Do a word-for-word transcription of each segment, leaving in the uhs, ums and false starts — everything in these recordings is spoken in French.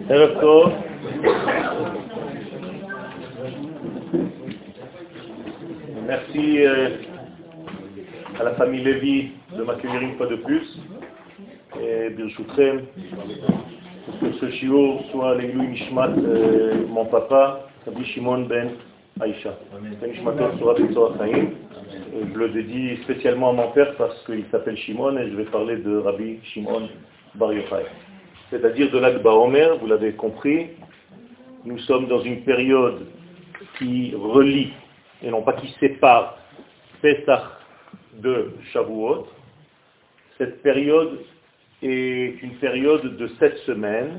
Erev Tov. Merci euh, à la famille Lévy de m'accueillir une fois de plus. Et Birshoutrem, pour que ce shiur soit l'Eilou Nishmat, euh, mon papa, Rabbi Shimon ben Aïcha. Nishmato Surah B'Tzohar Chaim. Je le dédie spécialement à mon père parce qu'il s'appelle Shimon et je vais parler de Rabbi Shimon Bar Yochai. C'est-à-dire de l'Ag Baomer, vous l'avez compris, nous sommes dans une période qui relie, et non pas qui sépare, Pesach de Shavuot. Cette période est une période de sept semaines,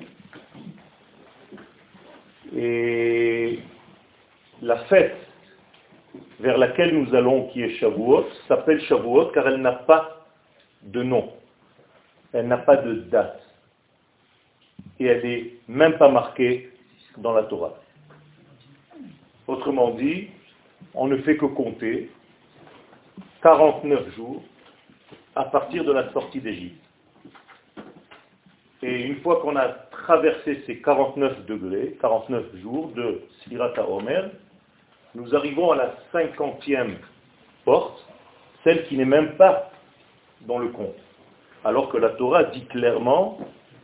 et la fête vers laquelle nous allons, qui est Shavuot, s'appelle Shavuot car elle n'a pas de nom, elle n'a pas de date. Et elle n'est même pas marquée dans la Torah. Autrement dit, on ne fait que compter quarante-neuf jours à partir de la sortie d'Égypte. Et une fois qu'on a traversé ces quarante-neuf degrés, quarante-neuf jours de Sfirat HaOmer, nous arrivons à la cinquantième porte, celle qui n'est même pas dans le compte. Alors que la Torah dit clairement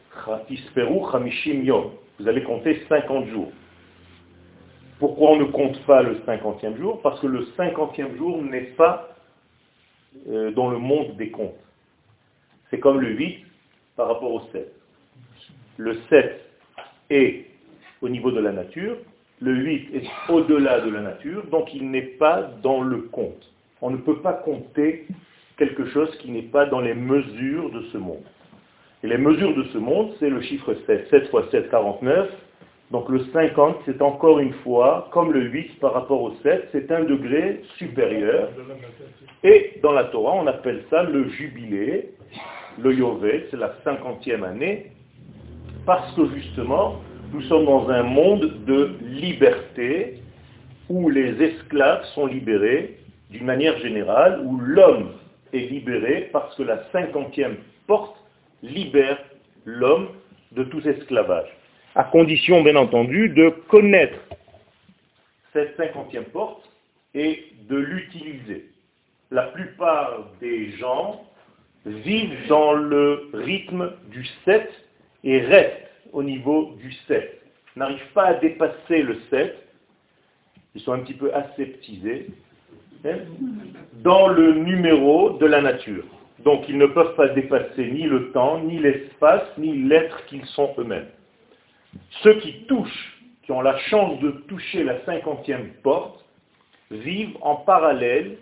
vous allez compter cinquante jours. Pourquoi on ne compte pas le cinquantième jour? Parce que le cinquantième jour n'est pas euh, dans le monde des comptes. C'est comme le huit par rapport au sept. Le sept est au niveau de la nature, le huit est au-delà de la nature, donc il n'est pas dans le compte. On ne peut pas compter quelque chose qui n'est pas dans les mesures de ce monde. Et les mesures de ce monde, c'est le chiffre sept. sept fois sept, quarante-neuf. Donc le cinquante, c'est encore une fois, comme le huit par rapport au sept, c'est un degré supérieur. Et dans la Torah, on appelle ça le jubilé, le Yovel, c'est la cinquantième année, parce que justement, nous sommes dans un monde de liberté, où les esclaves sont libérés d'une manière générale, où l'homme est libéré parce que la cinquantième porte libère l'homme de tout esclavage. À condition, bien entendu, de connaître cette cinquantième porte et de l'utiliser. La plupart des gens vivent dans le rythme du sept et restent au niveau du sept. N'arrivent pas à dépasser le sept. Ils sont un petit peu aseptisés hein, dans le numéro de la nature. Donc ils ne peuvent pas dépasser ni le temps, ni l'espace, ni l'être qu'ils sont eux-mêmes. Ceux qui touchent, qui ont la chance de toucher la cinquantième porte, vivent en parallèle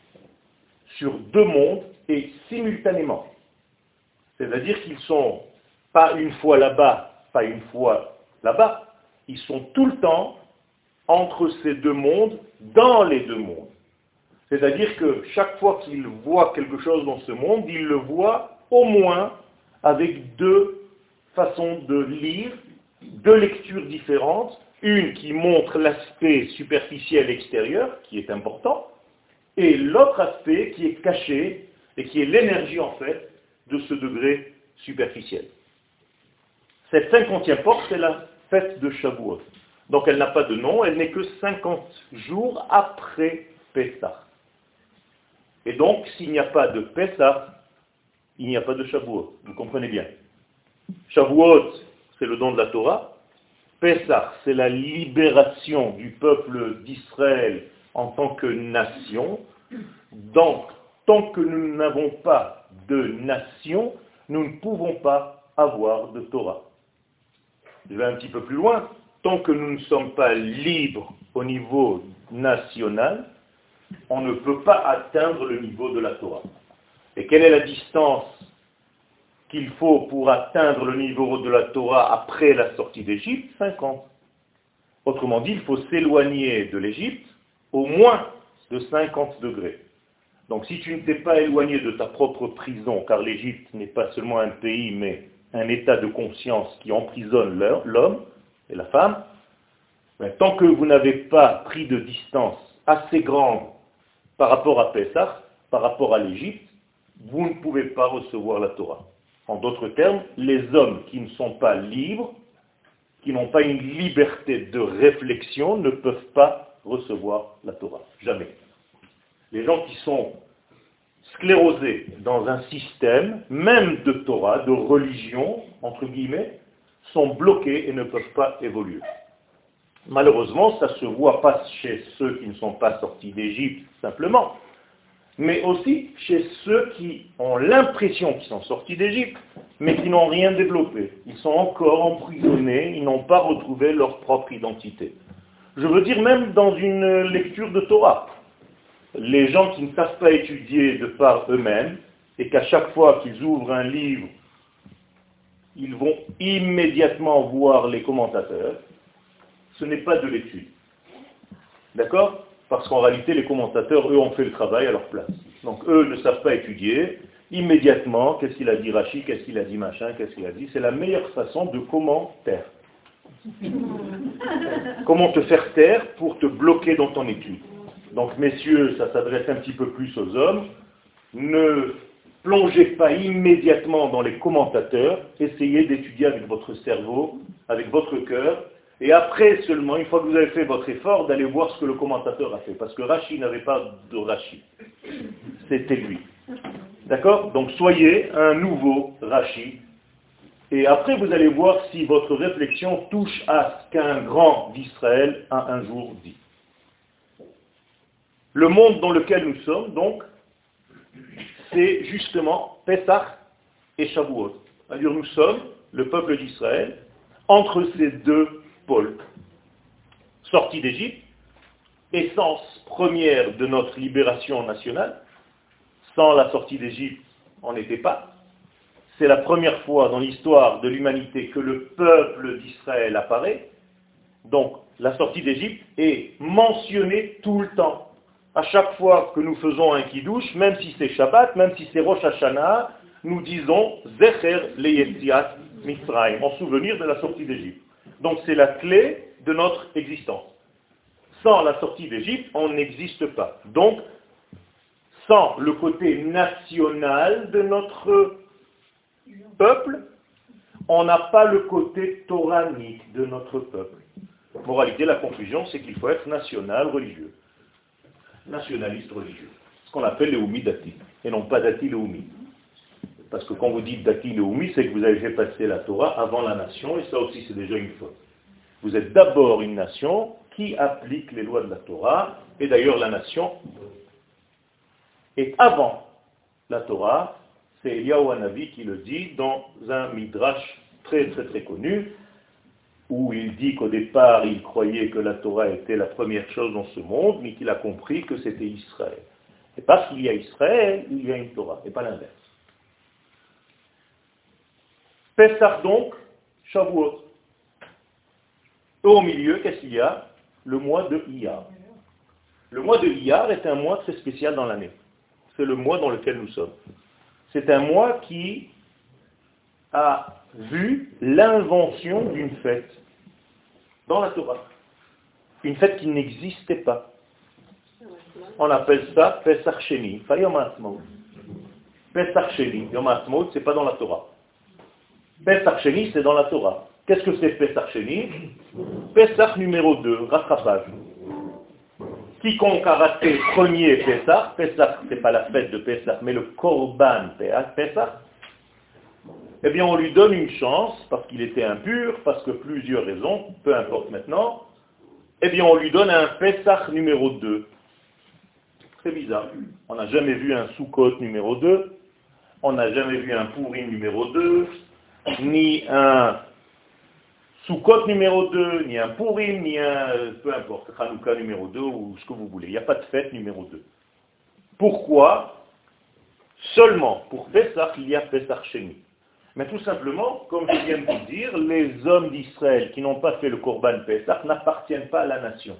sur deux mondes et simultanément. C'est-à-dire qu'ils ne sont pas une fois là-bas, pas une fois là-bas, ils sont tout le temps entre ces deux mondes, dans les deux mondes. C'est-à-dire que chaque fois qu'il voit quelque chose dans ce monde, il le voit au moins avec deux façons de lire, deux lectures différentes, une qui montre l'aspect superficiel extérieur, qui est important, et l'autre aspect qui est caché, et qui est l'énergie en fait de ce degré superficiel. Cette cinquantième porte, c'est la fête de Shavuot. Donc elle n'a pas de nom, elle n'est que cinquante jours après Pessah. Et donc, s'il n'y a pas de Pessah, il n'y a pas de Shavuot. Vous comprenez bien. Shavuot, c'est le don de la Torah. Pessah, c'est la libération du peuple d'Israël en tant que nation. Donc, tant que nous n'avons pas de nation, nous ne pouvons pas avoir de Torah. Je vais un petit peu plus loin. Tant que nous ne sommes pas libres au niveau national, on ne peut pas atteindre le niveau de la Torah. Et quelle est la distance qu'il faut pour atteindre le niveau de la Torah après la sortie d'Égypte? cinquante. Autrement dit, il faut s'éloigner de l'Égypte au moins de cinquante degrés. Donc si tu ne t'es pas éloigné de ta propre prison, car l'Égypte n'est pas seulement un pays, mais un état de conscience qui emprisonne l'homme et la femme, mais tant que vous n'avez pas pris de distance assez grande par rapport à Pessah, par rapport à l'Égypte, vous ne pouvez pas recevoir la Torah. En d'autres termes, les hommes qui ne sont pas libres qui n'ont pas une liberté de réflexion ne peuvent pas recevoir la Torah. Jamais. Les gens qui sont sclérosés dans un système, même de Torah, de religion, entre guillemets, sont bloqués et ne peuvent pas évoluer. Malheureusement, ça ne se voit pas chez ceux qui ne sont pas sortis d'Égypte simplement, mais aussi chez ceux qui ont l'impression qu'ils sont sortis d'Égypte, mais qui n'ont rien développé. Ils sont encore emprisonnés, ils n'ont pas retrouvé leur propre identité. Je veux dire même dans une lecture de Torah. Les gens qui ne savent pas étudier de par eux-mêmes, et qu'à chaque fois qu'ils ouvrent un livre, ils vont immédiatement voir les commentateurs, ce n'est pas de l'étude. D'accord? Parce qu'en réalité, les commentateurs, eux, ont fait le travail à leur place. Donc, eux ne savent pas étudier. Immédiatement, qu'est-ce qu'il a dit Rachi, qu'est-ce qu'il a dit machin, qu'est-ce qu'il a dit? C'est la meilleure façon de comment taire. Comment te faire taire pour te bloquer dans ton étude. Donc, messieurs, ça s'adresse un petit peu plus aux hommes. Ne plongez pas immédiatement dans les commentateurs. Essayez d'étudier avec votre cerveau, avec votre cœur. Et après seulement, une fois que vous avez fait votre effort, d'aller voir ce que le commentateur a fait. Parce que Rachi n'avait pas de Rachi. C'était lui. D'accord? Donc soyez un nouveau Rachi. Et après, vous allez voir si votre réflexion touche à ce qu'un grand d'Israël a un jour dit. Le monde dans lequel nous sommes, donc, c'est justement Pesach et Shavuot. C'est-à-dire nous sommes, le peuple d'Israël, entre ces deux pôles. Sortis d'Égypte, essence première de notre libération nationale. Sans la sortie d'Égypte, on n'était pas. C'est la première fois dans l'histoire de l'humanité que le peuple d'Israël apparaît. Donc, la sortie d'Égypte est mentionnée tout le temps. À chaque fois que nous faisons un kiddush, même si c'est Shabbat, même si c'est Rosh Hashanah, nous disons Zecher leYetziat Mitzrayim, en souvenir de la sortie d'Égypte. Donc c'est la clé de notre existence. Sans la sortie d'Égypte, on n'existe pas. Donc, sans le côté national de notre peuple, on n'a pas le côté toranique de notre peuple. Moralité, la conclusion, c'est qu'il faut être national religieux. Nationaliste religieux. Ce qu'on appelle les Oumi Dati, et non pas Dati les Oumi. Parce que quand vous dites Dati les Oumi, c'est que vous avez fait passer la Torah avant la nation, et ça aussi c'est déjà une faute. Vous êtes d'abord une nation qui applique les lois de la Torah, et d'ailleurs la nation est avant la Torah. C'est Eliyahu Hanavi qui le dit dans un midrash très très très connu, où il dit qu'au départ, il croyait que la Torah était la première chose dans ce monde, mais qu'il a compris que c'était Israël. Et parce qu'il y a Israël, il y a une Torah, et pas l'inverse. Pessah donc, Shavuot. Et au milieu, qu'est-ce qu'il y a? Le mois de Iyar. Le mois de Iyar est un mois très spécial dans l'année. C'est le mois dans lequel nous sommes. C'est un mois qui a vu l'invention d'une fête dans la Torah. Une fête qui n'existait pas. On appelle ça Pesach Sheni, pas Yom HaAtzmaut. Pesach Sheni, Yom HaAtzmaut, c'est pas dans la Torah. Pesach Sheni, c'est dans la Torah. Qu'est-ce que c'est Pesach Sheni? Pesach numéro deux, rattrapage. Quiconque a raté premier Pesach, Pesach, c'est pas la fête de Pesach, mais le Korban Pesach, eh bien on lui donne une chance, parce qu'il était impur, parce que plusieurs raisons, peu importe maintenant, eh bien on lui donne un Pesach numéro deux. Très bizarre. On n'a jamais vu un Sukkot numéro deux, on n'a jamais vu un Purim numéro deux, ni un Sukkot numéro deux, ni un Purim, ni un, peu importe, Hanouka numéro deux, ou ce que vous voulez. Il n'y a pas de fête numéro deux. Pourquoi? Seulement pour Pesach, il y a Pesach Sheni. Mais tout simplement, comme je viens de vous dire, les hommes d'Israël qui n'ont pas fait le Korban Pesach n'appartiennent pas à la nation.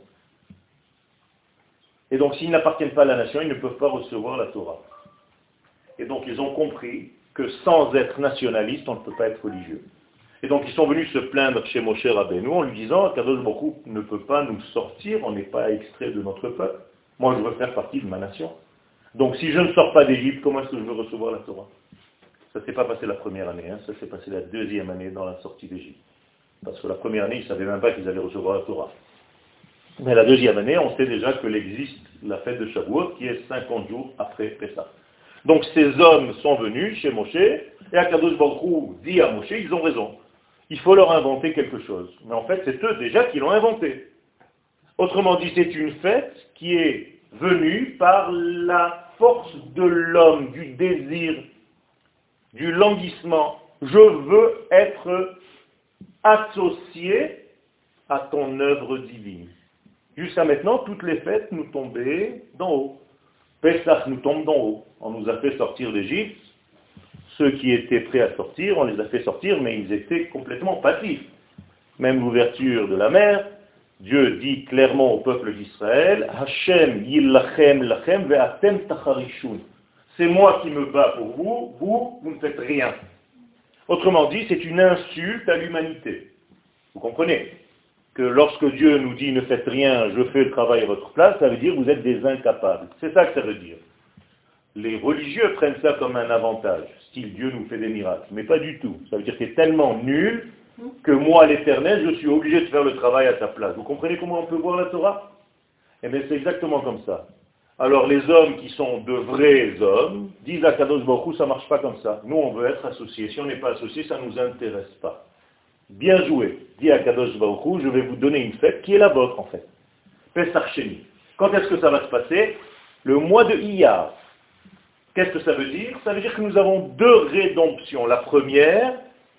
Et donc s'ils n'appartiennent pas à la nation, ils ne peuvent pas recevoir la Torah. Et donc ils ont compris que sans être nationaliste, on ne peut pas être religieux. Et donc ils sont venus se plaindre chez Moshe Rabbeinu en lui disant « Kadosh Baruch Hu ne peut pas nous sortir, on n'est pas extrait de notre peuple. Moi je veux faire partie de ma nation. Donc si je ne sors pas d'Égypte, comment est-ce que je veux recevoir la Torah ?» Ça ne s'est pas passé la première année, hein, ça s'est passé la deuxième année dans la sortie d'Égypte. Parce que la première année, ils ne savaient même pas qu'ils allaient recevoir la Torah. Mais la deuxième année, on sait déjà que existe la fête de Shavuot, qui est cinquante jours après Pessah. Donc ces hommes sont venus chez Moshe, et Akadosh Baruch Hu dit à Moshe, ils ont raison. Il faut leur inventer quelque chose. Mais en fait, c'est eux déjà qui l'ont inventé. Autrement dit, c'est une fête qui est venue par la force de l'homme, du désir, du languissement. Je veux être associé à ton œuvre divine. Jusqu'à maintenant, toutes les fêtes nous tombaient d'en haut. Pessah nous tombe d'en haut. On nous a fait sortir d'Égypte. Ceux qui étaient prêts à sortir, on les a fait sortir, mais ils étaient complètement passifs. Même l'ouverture de la mer, Dieu dit clairement au peuple d'Israël, Hashem yillachem lachem ve'atem tacharishun. C'est moi qui me bats pour vous, vous, vous ne faites rien. Autrement dit, c'est une insulte à l'humanité. Vous comprenez que lorsque Dieu nous dit ne faites rien, je fais le travail à votre place, ça veut dire que vous êtes des incapables. C'est ça que ça veut dire. Les religieux prennent ça comme un avantage, style Dieu nous fait des miracles, mais pas du tout. Ça veut dire que c'est tellement nul que moi, l'Éternel, je suis obligé de faire le travail à ta place. Vous comprenez comment on peut voir la Torah? Eh bien, c'est exactement comme ça. Alors, les hommes qui sont de vrais hommes disent à Kadosh Baruch Hu, ça ne marche pas comme ça. Nous, on veut être associés. Si on n'est pas associés, ça ne nous intéresse pas. Bien joué. Dit à Kadosh Baruch Hu, je vais vous donner une fête qui est la vôtre, en fait. Pesach Sheni. Quand est-ce que ça va se passer? Le mois de Iyar. Qu'est-ce que ça veut dire? Ça veut dire que nous avons deux rédemptions. La première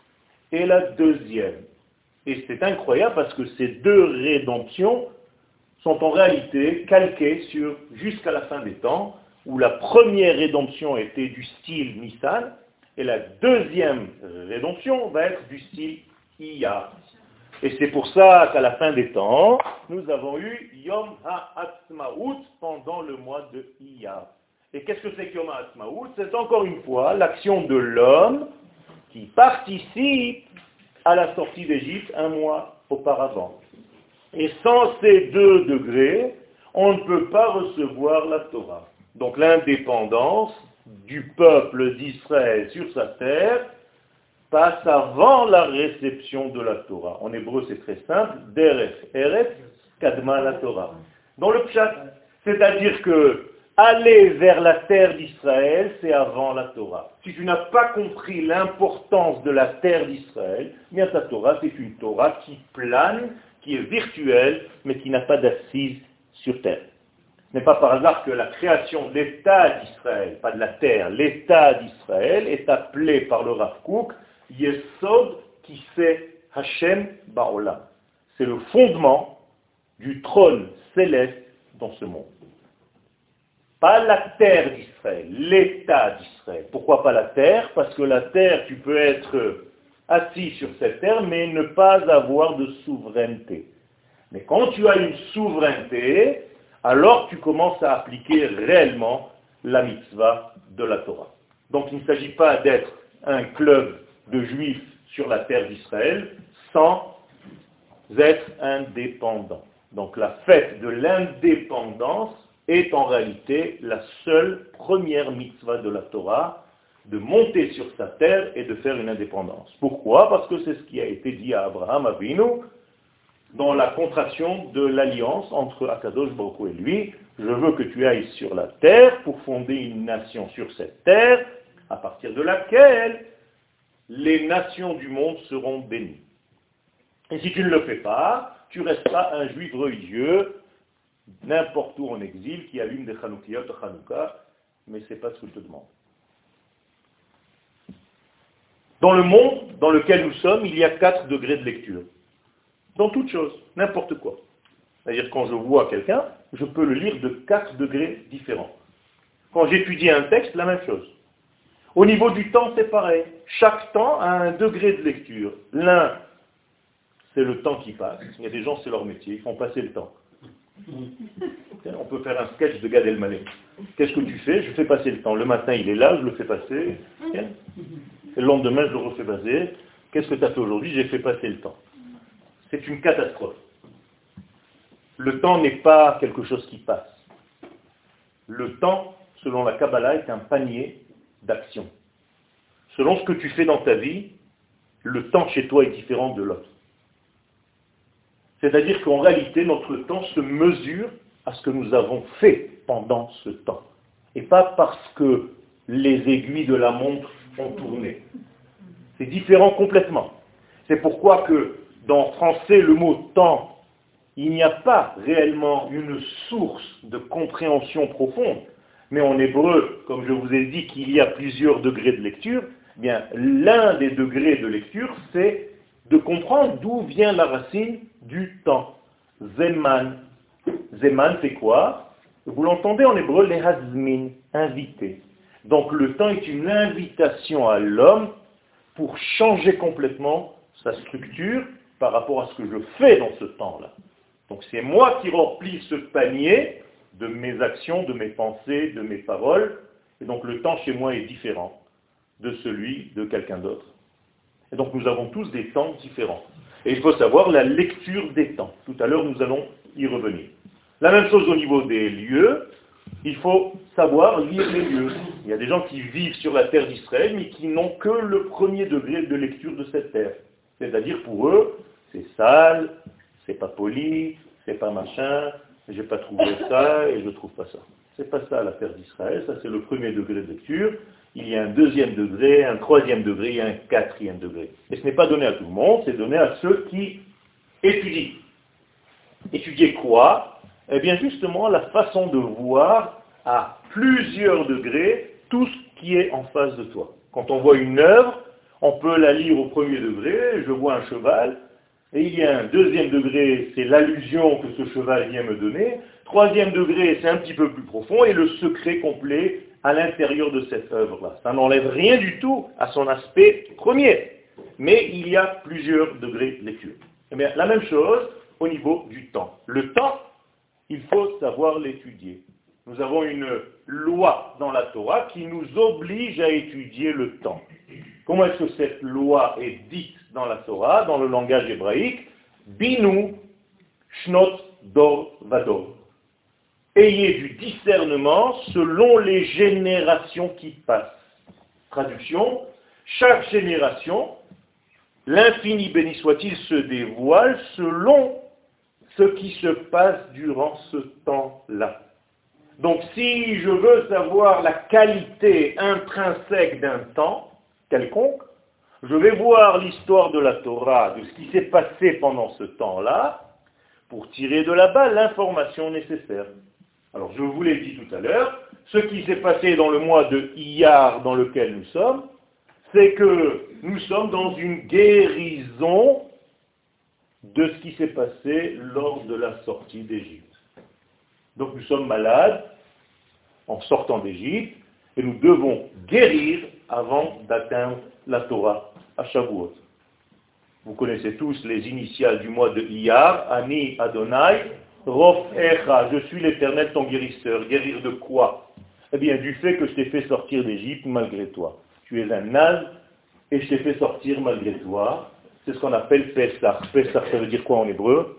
et la deuxième. Et c'est incroyable parce que ces deux rédemptions sont en réalité calquées sur jusqu'à la fin des temps, où la première rédemption était du style Nissan, et la deuxième rédemption va être du style Iyar. Et c'est pour ça qu'à la fin des temps, nous avons eu Yom HaAtzmaut pendant le mois de Iyar. Et qu'est-ce que c'est que Yom HaAtzmaut? C'est encore une fois l'action de l'homme qui participe à la sortie d'Égypte un mois auparavant. Et sans ces deux degrés, on ne peut pas recevoir la Torah. Donc l'indépendance du peuple d'Israël sur sa terre passe avant la réception de la Torah. En hébreu, c'est très simple, Derech Eretz Kadma la Torah. Dans le pshat, c'est-à-dire que aller vers la terre d'Israël, c'est avant la Torah. Si tu n'as pas compris l'importance de la terre d'Israël, bien ta Torah, c'est une Torah qui plane, qui est virtuelle, mais qui n'a pas d'assise sur terre. Ce n'est pas par hasard que la création de l'État d'Israël, pas de la terre, l'État d'Israël est appelé par le Rav Kook Yesod Kiseh Hashem Ba'olam. C'est le fondement du trône céleste dans ce monde. Pas la terre d'Israël, l'État d'Israël. Pourquoi pas la terre? Parce que la terre, tu peux être assis sur cette terre, mais ne pas avoir de souveraineté. Mais quand tu as une souveraineté, alors tu commences à appliquer réellement la mitzvah de la Torah. Donc il ne s'agit pas d'être un club de juifs sur la terre d'Israël sans être indépendant. Donc la fête de l'indépendance est en réalité la seule première mitzvah de la Torah, de monter sur sa terre et de faire une indépendance. Pourquoi? Parce que c'est ce qui a été dit à Abraham Avinu dans la contraction de l'alliance entre Akadosh Baruch Hu et lui. Je veux que tu ailles sur la terre pour fonder une nation sur cette terre, à partir de laquelle les nations du monde seront bénies. Et si tu ne le fais pas, tu resteras un juif religieux, n'importe où en exil, qui allume des Chanoukiyot à Hanouka, mais ce n'est pas ce que je te demande. Dans le monde dans lequel nous sommes, il y a quatre degrés de lecture. Dans toute chose, n'importe quoi. C'est-à-dire quand je vois quelqu'un, je peux le lire de quatre degrés différents. Quand j'étudie un texte, la même chose. Au niveau du temps, c'est pareil. Chaque temps a un degré de lecture. L'un, c'est le temps qui passe. Il y a des gens, c'est leur métier, ils font passer le temps. On peut faire un sketch de Gad Elmaleh. Qu'est-ce que tu fais? Je fais passer le temps. Le matin, il est là, je le fais passer. Et le lendemain, je le refais passer. Qu'est-ce que tu as fait aujourd'hui? J'ai fait passer le temps. C'est une catastrophe. Le temps n'est pas quelque chose qui passe. Le temps, selon la Kabbalah, est un panier d'actions. Selon ce que tu fais dans ta vie, le temps chez toi est différent de l'autre. C'est-à-dire qu'en réalité, notre temps se mesure à ce que nous avons fait pendant ce temps. Et pas parce que les aiguilles de la montre ont tourné. C'est différent complètement. C'est pourquoi que dans français, le mot temps, il n'y a pas réellement une source de compréhension profonde. Mais en hébreu, comme je vous ai dit qu'il y a plusieurs degrés de lecture, eh bien l'un des degrés de lecture, c'est de comprendre d'où vient la racine du temps. Zeman. Zeman, c'est quoi? Vous l'entendez en hébreu, les hazmin, invité. Donc le temps est une invitation à l'homme pour changer complètement sa structure par rapport à ce que je fais dans ce temps-là. Donc c'est moi qui remplis ce panier de mes actions, de mes pensées, de mes paroles, et donc le temps chez moi est différent de celui de quelqu'un d'autre. Et donc nous avons tous des temps différents. Et il faut savoir la lecture des temps. Tout à l'heure nous allons y revenir. La même chose au niveau des lieux, il faut savoir lire les lieux. Il y a des gens qui vivent sur la terre d'Israël, mais qui n'ont que le premier degré de lecture de cette terre. C'est-à-dire pour eux, c'est sale, c'est pas poli, c'est pas machin, j'ai pas trouvé ça et je trouve pas ça. C'est pas ça la terre d'Israël, ça c'est le premier degré de lecture. Il y a un deuxième degré, un troisième degré et un quatrième degré. Et ce n'est pas donné à tout le monde, c'est donné à ceux qui étudient. Étudier quoi? Eh bien justement la façon de voir à plusieurs degrés tout ce qui est en face de toi. Quand on voit une œuvre, on peut la lire au premier degré, je vois un cheval, et il y a un deuxième degré, c'est l'allusion que ce cheval vient me donner, troisième degré, c'est un petit peu plus profond, et le secret complet à l'intérieur de cette œuvre-là. Ça n'enlève rien du tout à son aspect premier, mais il y a plusieurs degrés de lecture. Eh bien, la même chose au niveau du temps. Le temps, il faut savoir l'étudier. Nous avons une loi dans la Torah qui nous oblige à étudier le temps. Comment est-ce que cette loi est dite dans la Torah, dans le langage hébraïque? Binu, shnot, dor, vador. Ayez du discernement selon les générations qui passent. Traduction, chaque génération, l'infini béni soit-il, se dévoile selon ce qui se passe durant ce temps-là. Donc si je veux savoir la qualité intrinsèque d'un temps quelconque, je vais voir l'histoire de la Torah, de ce qui s'est passé pendant ce temps-là, pour tirer de là-bas l'information nécessaire. Alors je vous l'ai dit tout à l'heure, ce qui s'est passé dans le mois de Iyar dans lequel nous sommes, c'est que nous sommes dans une guérison de ce qui s'est passé lors de la sortie d'Égypte. Donc nous sommes malades en sortant d'Égypte et nous devons guérir avant d'atteindre la Torah à Shavuot. Vous connaissez tous les initiales du mois de Iyar, Ani Adonai, Rof Echa, je suis l'Éternel ton guérisseur. Guérir de quoi? Eh bien du fait que je t'ai fait sortir d'Égypte malgré toi. Tu es un naze et je t'ai fait sortir malgré toi. C'est ce qu'on appelle Pessah. Pessah, ça veut dire quoi en hébreu?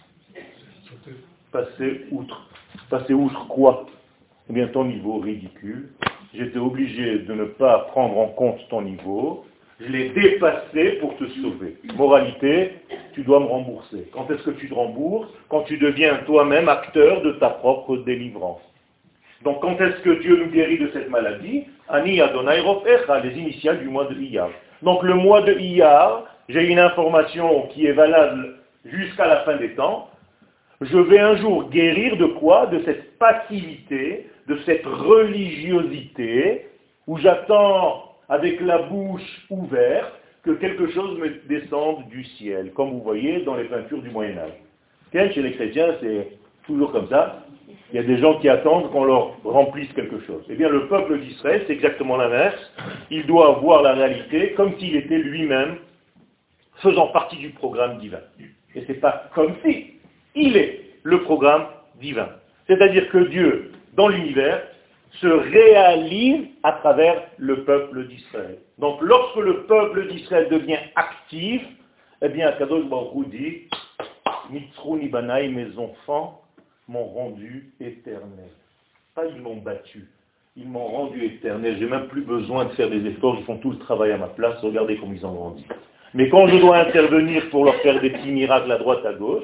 Passer outre. Passer outre quoi? Eh bien ton niveau ridicule. J'étais obligé de ne pas prendre en compte ton niveau. Je l'ai dépassé pour te sauver. Moralité, tu dois me rembourser. Quand est-ce que tu te rembourses? Quand tu deviens toi-même acteur de ta propre délivrance. Donc quand est-ce que Dieu nous guérit de cette maladie? Ani Adonai Rof Echa, les initiales du mois de Iyar. Donc le mois de Iyar, j'ai une information qui est valable jusqu'à la fin des temps. Je vais un jour guérir de quoi? De cette passivité, de cette religiosité, où j'attends avec la bouche ouverte que quelque chose me descende du ciel, comme vous voyez dans les peintures du Moyen-Âge. Okay? Chez les chrétiens, c'est toujours comme ça. Il y a des gens qui attendent qu'on leur remplisse quelque chose. Eh bien, le peuple d'Israël, c'est exactement l'inverse. Il doit voir la réalité comme s'il était lui-même faisant partie du programme divin. Et ce n'est pas comme si. Il est le programme divin. C'est-à-dire que Dieu, dans l'univers, se réalise à travers le peuple d'Israël. Donc lorsque le peuple d'Israël devient actif, eh bien Kadosh Baruch Hu dit Mitzrou Nibanaï, mes enfants m'ont rendu éternel. Pas ils m'ont battu, ils m'ont rendu éternel. J'ai même plus besoin de faire des efforts, ils font tout le travail à ma place, regardez comme ils ont grandi. Mais quand je dois intervenir pour leur faire des petits miracles à droite, à gauche,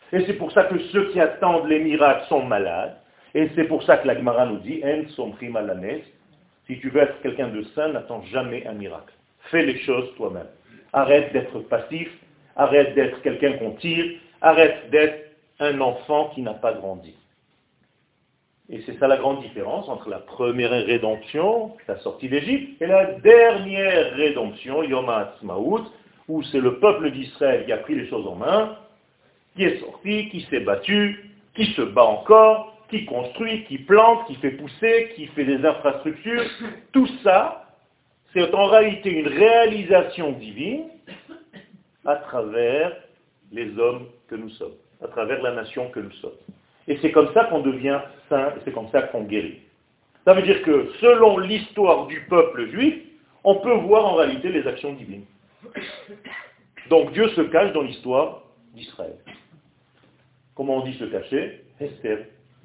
Et c'est pour ça que ceux qui attendent les miracles sont malades. Et c'est pour ça que la Gemara nous dit, En somrim alanes, si tu veux être quelqu'un de saint, n'attends jamais un miracle. Fais les choses toi-même. Arrête d'être passif, arrête d'être quelqu'un qu'on tire, arrête d'être un enfant qui n'a pas grandi. Et c'est ça la grande différence entre la première rédemption, la sortie d'Égypte, et la dernière rédemption, Yom HaAtzmaut, où c'est le peuple d'Israël qui a pris les choses en main, qui est sorti, qui s'est battu, qui se bat encore, qui construit, qui plante, qui fait pousser, qui fait des infrastructures. Tout ça, c'est en réalité une réalisation divine à travers les hommes que nous sommes, à travers la nation que nous sommes. Et c'est comme ça qu'on devient saint, et c'est comme ça qu'on guérit. Ça veut dire que selon l'histoire du peuple juif, on peut voir en réalité les actions divines. Donc Dieu se cache dans l'histoire d'Israël. Comment on dit se cacher? Esther.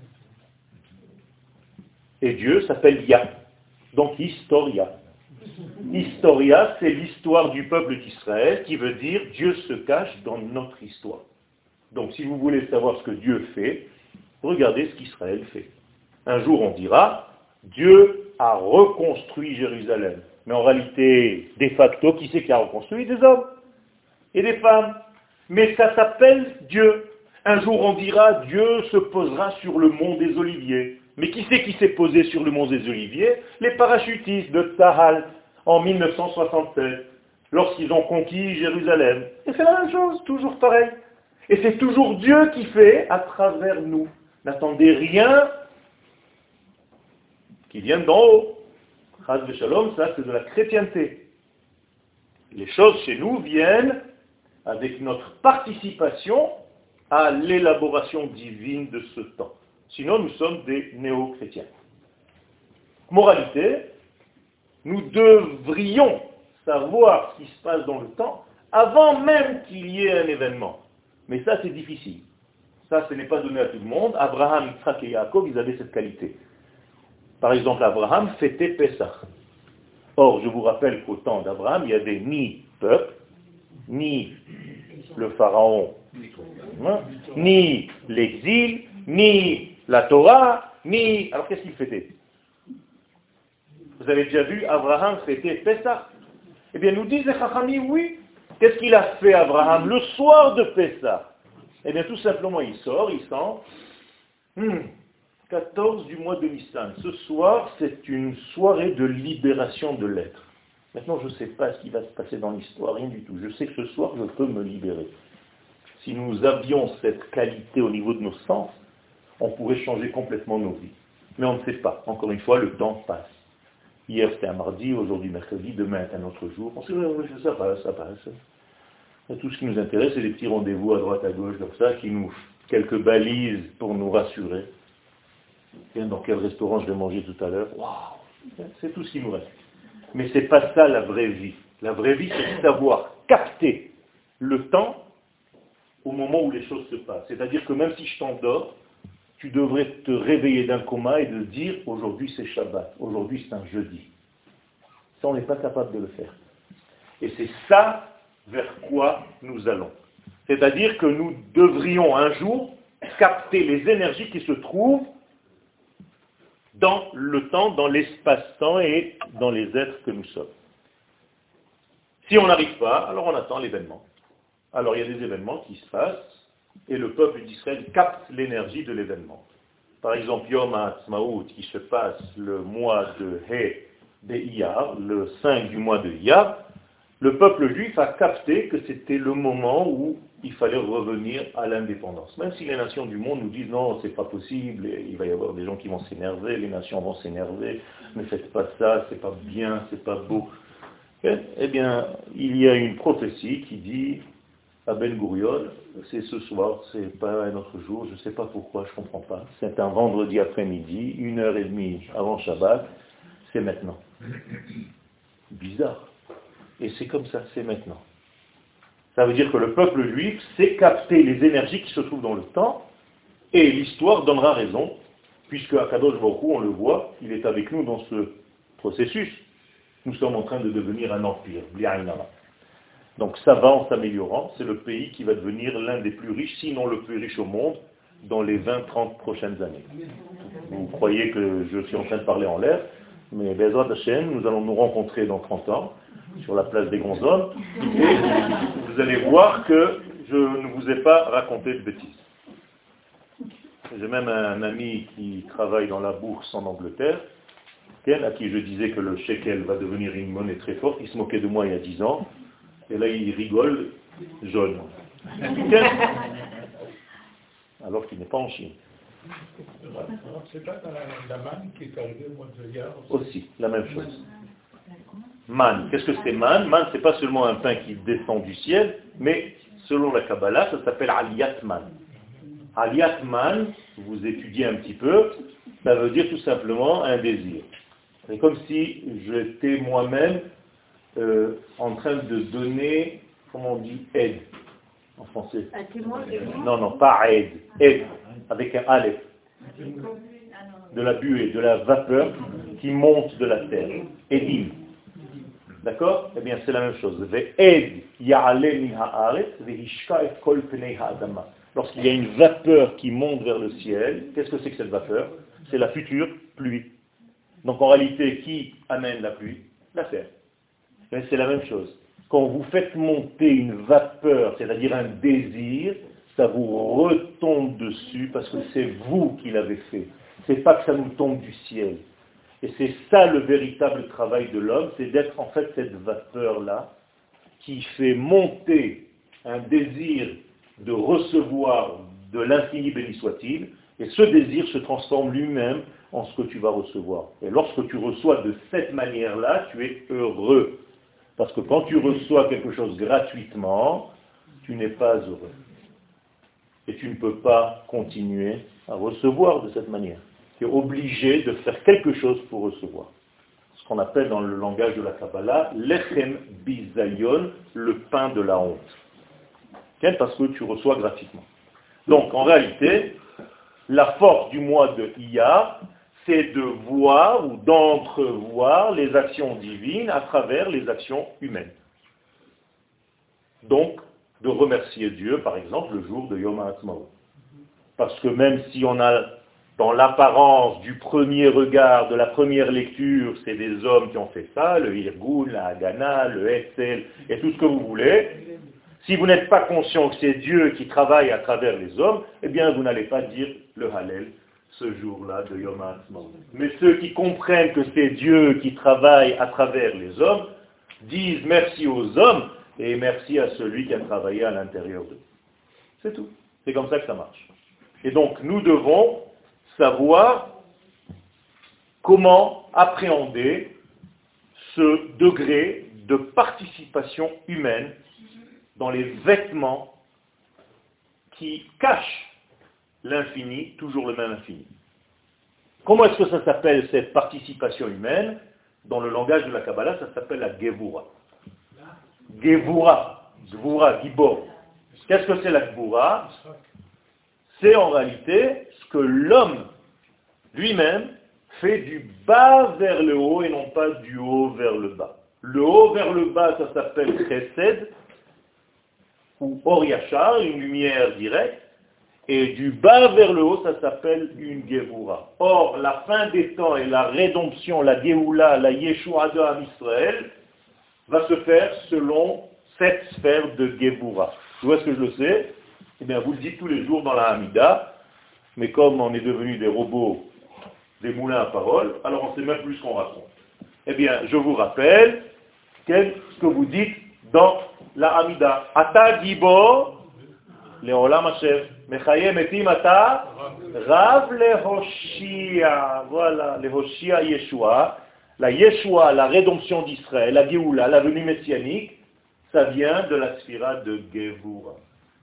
Et Dieu s'appelle Yah. Donc Historia. Historia, c'est l'histoire du peuple d'Israël qui veut dire Dieu se cache dans notre histoire. Donc si vous voulez savoir ce que Dieu fait, regardez ce qu'Israël fait. Un jour on dira, Dieu a reconstruit Jérusalem. Mais en réalité, de facto, qui c'est qui a reconstruit? Des hommes et des femmes. Mais ça s'appelle Dieu. Un jour on dira, Dieu se posera sur le mont des Oliviers. Mais qui c'est qui s'est posé sur le mont des Oliviers? Les parachutistes de Tzahal en mille neuf cent soixante-sept, lorsqu'ils ont conquis Jérusalem. Et c'est la même chose, toujours pareil. Et c'est toujours Dieu qui fait à travers nous. N'attendez rien qui vienne d'en haut. Chas v'shalom, ça c'est de la chrétienté. Les choses chez nous viennent avec notre participation à l'élaboration divine de ce temps. Sinon, nous sommes des néo-chrétiens. Moralité, nous devrions savoir ce qui se passe dans le temps avant même qu'il y ait un événement. Mais ça, c'est difficile. Ça, ce n'est pas donné à tout le monde. Abraham, Yitzhak et Yaakov, ils avaient cette qualité. Par exemple, Abraham fêtait Pessah. Or, je vous rappelle qu'au temps d'Abraham, il y avait ni peuple, ni le pharaon, hein, ni l'exil, ni la Torah, ni... Alors qu'est-ce qu'il fêtait? Vous avez déjà vu Abraham fêter Pessah? Eh bien, nous disent les Chachamim, oui. Qu'est-ce qu'il a fait Abraham le soir de Pessah? Eh bien, tout simplement, il sort, il sent... Hmm, quatorze du mois de Nissan. Ce soir, c'est une soirée de libération de l'être. Maintenant, je ne sais pas ce qui va se passer dans l'histoire, rien du tout. Je sais que ce soir, je peux me libérer. Si nous avions cette qualité au niveau de nos sens, on pourrait changer complètement nos vies. Mais on ne sait pas. Encore une fois, le temps passe. Hier, c'était un mardi, aujourd'hui, mercredi, demain est un autre jour. On sait, oui, ça passe, ça passe. Et tout ce qui nous intéresse, c'est des petits rendez-vous à droite, à gauche, comme ça, qui nous... quelques balises pour nous rassurer. Tiens, dans quel restaurant je vais manger tout à l'heure? Waouh, c'est tout ce qui nous reste. Mais ce n'est pas ça la vraie vie. La vraie vie, c'est de savoir capter le temps au moment où les choses se passent. C'est-à-dire que même si je t'endors, tu devrais te réveiller d'un coma et de dire aujourd'hui c'est Shabbat, aujourd'hui c'est un jeudi. Ça, on n'est pas capable de le faire. Et c'est ça vers quoi nous allons. C'est-à-dire que nous devrions un jour capter les énergies qui se trouvent dans le temps, dans l'espace-temps et dans les êtres que nous sommes. Si on n'arrive pas, alors on attend l'événement. Alors il y a des événements qui se passent et le peuple d'Israël capte l'énergie de l'événement. Par exemple, Yom HaAtzmaut qui se passe le mois de He de Iyar, le cinq du mois de Iyar, le peuple juif a capté que c'était le moment où il fallait revenir à l'indépendance. Même si les nations du monde nous disent non, c'est pas possible, et il va y avoir des gens qui vont s'énerver, les nations vont s'énerver, ne faites pas ça, c'est pas bien, c'est pas beau. Eh bien, il y a une prophétie qui dit à Ben Gurion, c'est ce soir, c'est pas un autre jour, je ne sais pas pourquoi, je comprends pas. C'est un vendredi après-midi, une heure et demie avant Shabbat, c'est maintenant. Bizarre. Et c'est comme ça, c'est maintenant. Ça veut dire que le peuple juif sait capter les énergies qui se trouvent dans le temps, et l'histoire donnera raison, puisque à Kadosh Baruch Hu, on le voit, il est avec nous dans ce processus. Nous sommes en train de devenir un empire, Bli'ainara. Donc ça va en s'améliorant, c'est le pays qui va devenir l'un des plus riches, sinon le plus riche au monde, dans les vingt trente prochaines années. Vous croyez que je suis en train de parler en l'air, mais Bezrat Hashem, nous allons nous rencontrer dans trente ans, sur la place des Gonzolles, et vous allez voir que je ne vous ai pas raconté de bêtises. J'ai même un ami qui travaille dans la bourse en Angleterre, à qui je disais que le shekel va devenir une monnaie très forte. Il se moquait de moi il y a dix ans, et là il rigole jaune. Alors qu'il n'est pas en Chine. Voilà. C'est pas dans la, la manne qui est arrivée au mois de juillet aussi, la même chose. Man. Qu'est-ce que c'est man? Man, c'est pas seulement un pain qui descend du ciel, mais selon la Kabbalah, ça s'appelle aliyat man. Aliyat man, vous étudiez un petit peu, ça veut dire tout simplement un désir. C'est comme si j'étais moi-même euh, en train de donner, comment on dit, aide en français. Un témoin, Non, non, pas aide, aide, avec un aleph. De la buée, de la vapeur qui monte de la terre. Edim. D'accord? Eh bien, c'est la même chose. Lorsqu'il y a une vapeur qui monte vers le ciel, qu'est-ce que c'est que cette vapeur? C'est la future pluie. Donc en réalité, qui amène la pluie? La terre. C'est la même chose. Quand vous faites monter une vapeur, c'est-à-dire un désir, ça vous retombe dessus parce que c'est vous qui l'avez fait. C'est pas que ça nous tombe du ciel. Et c'est ça le véritable travail de l'homme, c'est d'être en fait cette vapeur-là qui fait monter un désir de recevoir de l'infini béni soit-il, et ce désir se transforme lui-même en ce que tu vas recevoir. Et lorsque tu reçois de cette manière-là, tu es heureux. Parce que quand tu reçois quelque chose gratuitement, tu n'es pas heureux. Et tu ne peux pas continuer à recevoir de cette manière. Tu es obligé de faire quelque chose pour recevoir. Ce qu'on appelle dans le langage de la Kabbalah, lechem bizayon, le pain de la honte. Parce que tu reçois gratuitement. Donc en réalité, la force du mois de Iyar, c'est de voir ou d'entrevoir les actions divines à travers les actions humaines. Donc, de remercier Dieu, par exemple, le jour de Yom HaAtzmaut. Parce que même si on a, dans l'apparence du premier regard, de la première lecture, c'est des hommes qui ont fait ça, le Irgun, la Hagana, le Hetzel, et tout ce que vous voulez, si vous n'êtes pas conscient que c'est Dieu qui travaille à travers les hommes, eh bien vous n'allez pas dire le Hallel ce jour-là de Yom HaAtzmaut. Mais ceux qui comprennent que c'est Dieu qui travaille à travers les hommes, disent merci aux hommes et merci à celui qui a travaillé à l'intérieur d'eux. C'est tout. C'est comme ça que ça marche. Et donc nous devons savoir comment appréhender ce degré de participation humaine dans les vêtements qui cachent l'infini, toujours le même infini. Comment est-ce que ça s'appelle cette participation humaine? Dans le langage de la Kabbalah, ça s'appelle la Gevura. Gevura, Gevura, Gibor. Qu'est-ce que c'est la Gevura? C'est en réalité ce que l'homme lui-même fait du bas vers le haut et non pas du haut vers le bas. Le haut vers le bas, ça s'appelle Chesed, ou Or Yachar, une lumière directe, et du bas vers le haut, ça s'appelle une Gevura. Or, la fin des temps et la rédemption, la Geoula, la Yeshua de Am Israël, va se faire selon cette sphère de Gevura. D'où est-ce que je le sais? Eh bien, vous le dites tous les jours dans la Hamida, mais comme on est devenus des robots, des moulins à parole, alors on ne sait même plus ce qu'on raconte. Eh bien, je vous rappelle ce que vous dites dans la Hamida. Ata Gibor, Leolam Hashem. Mechayem etim ata, Rav lehoshia. Voilà, lehoshia Yeshua. La Yeshua, la rédemption d'Israël, la Géoula, la venue messianique, ça vient de la sphira de Gevura.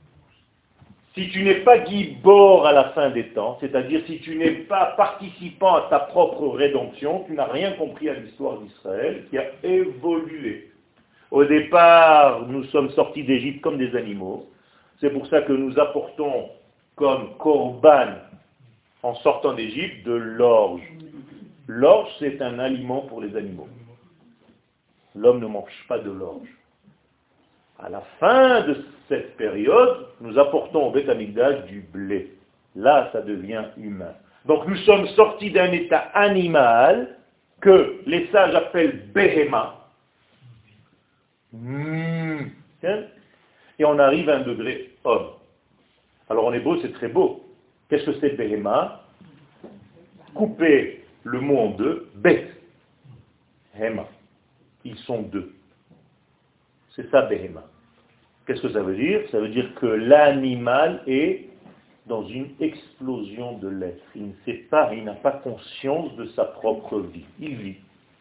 Si tu n'es pas Gibor à la fin des temps, c'est-à-dire si tu n'es pas participant à ta propre rédemption, tu n'as rien compris à l'histoire d'Israël qui a évolué. Au départ, nous sommes sortis d'Égypte comme des animaux. C'est pour ça que nous apportons comme korban, en sortant d'Égypte, de l'orge. L'orge, c'est un aliment pour les animaux. L'homme ne mange pas de l'orge. À la fin de cette période, nous apportons au Beth Amikdash du blé. Là, ça devient humain. Donc nous sommes sortis d'un état animal que les sages appellent Behema. Mmh. Et on arrive à un degré homme. Alors en hébreu, c'est très beau. Qu'est-ce que c'est Behema? Couper le mot en deux, Bet, Hema. Ils sont deux. C'est ça Behema. Qu'est-ce que ça veut dire? Ça veut dire que l'animal est dans une explosion de l'être. Il ne sait pas, il n'a pas conscience de sa propre vie. Il vit.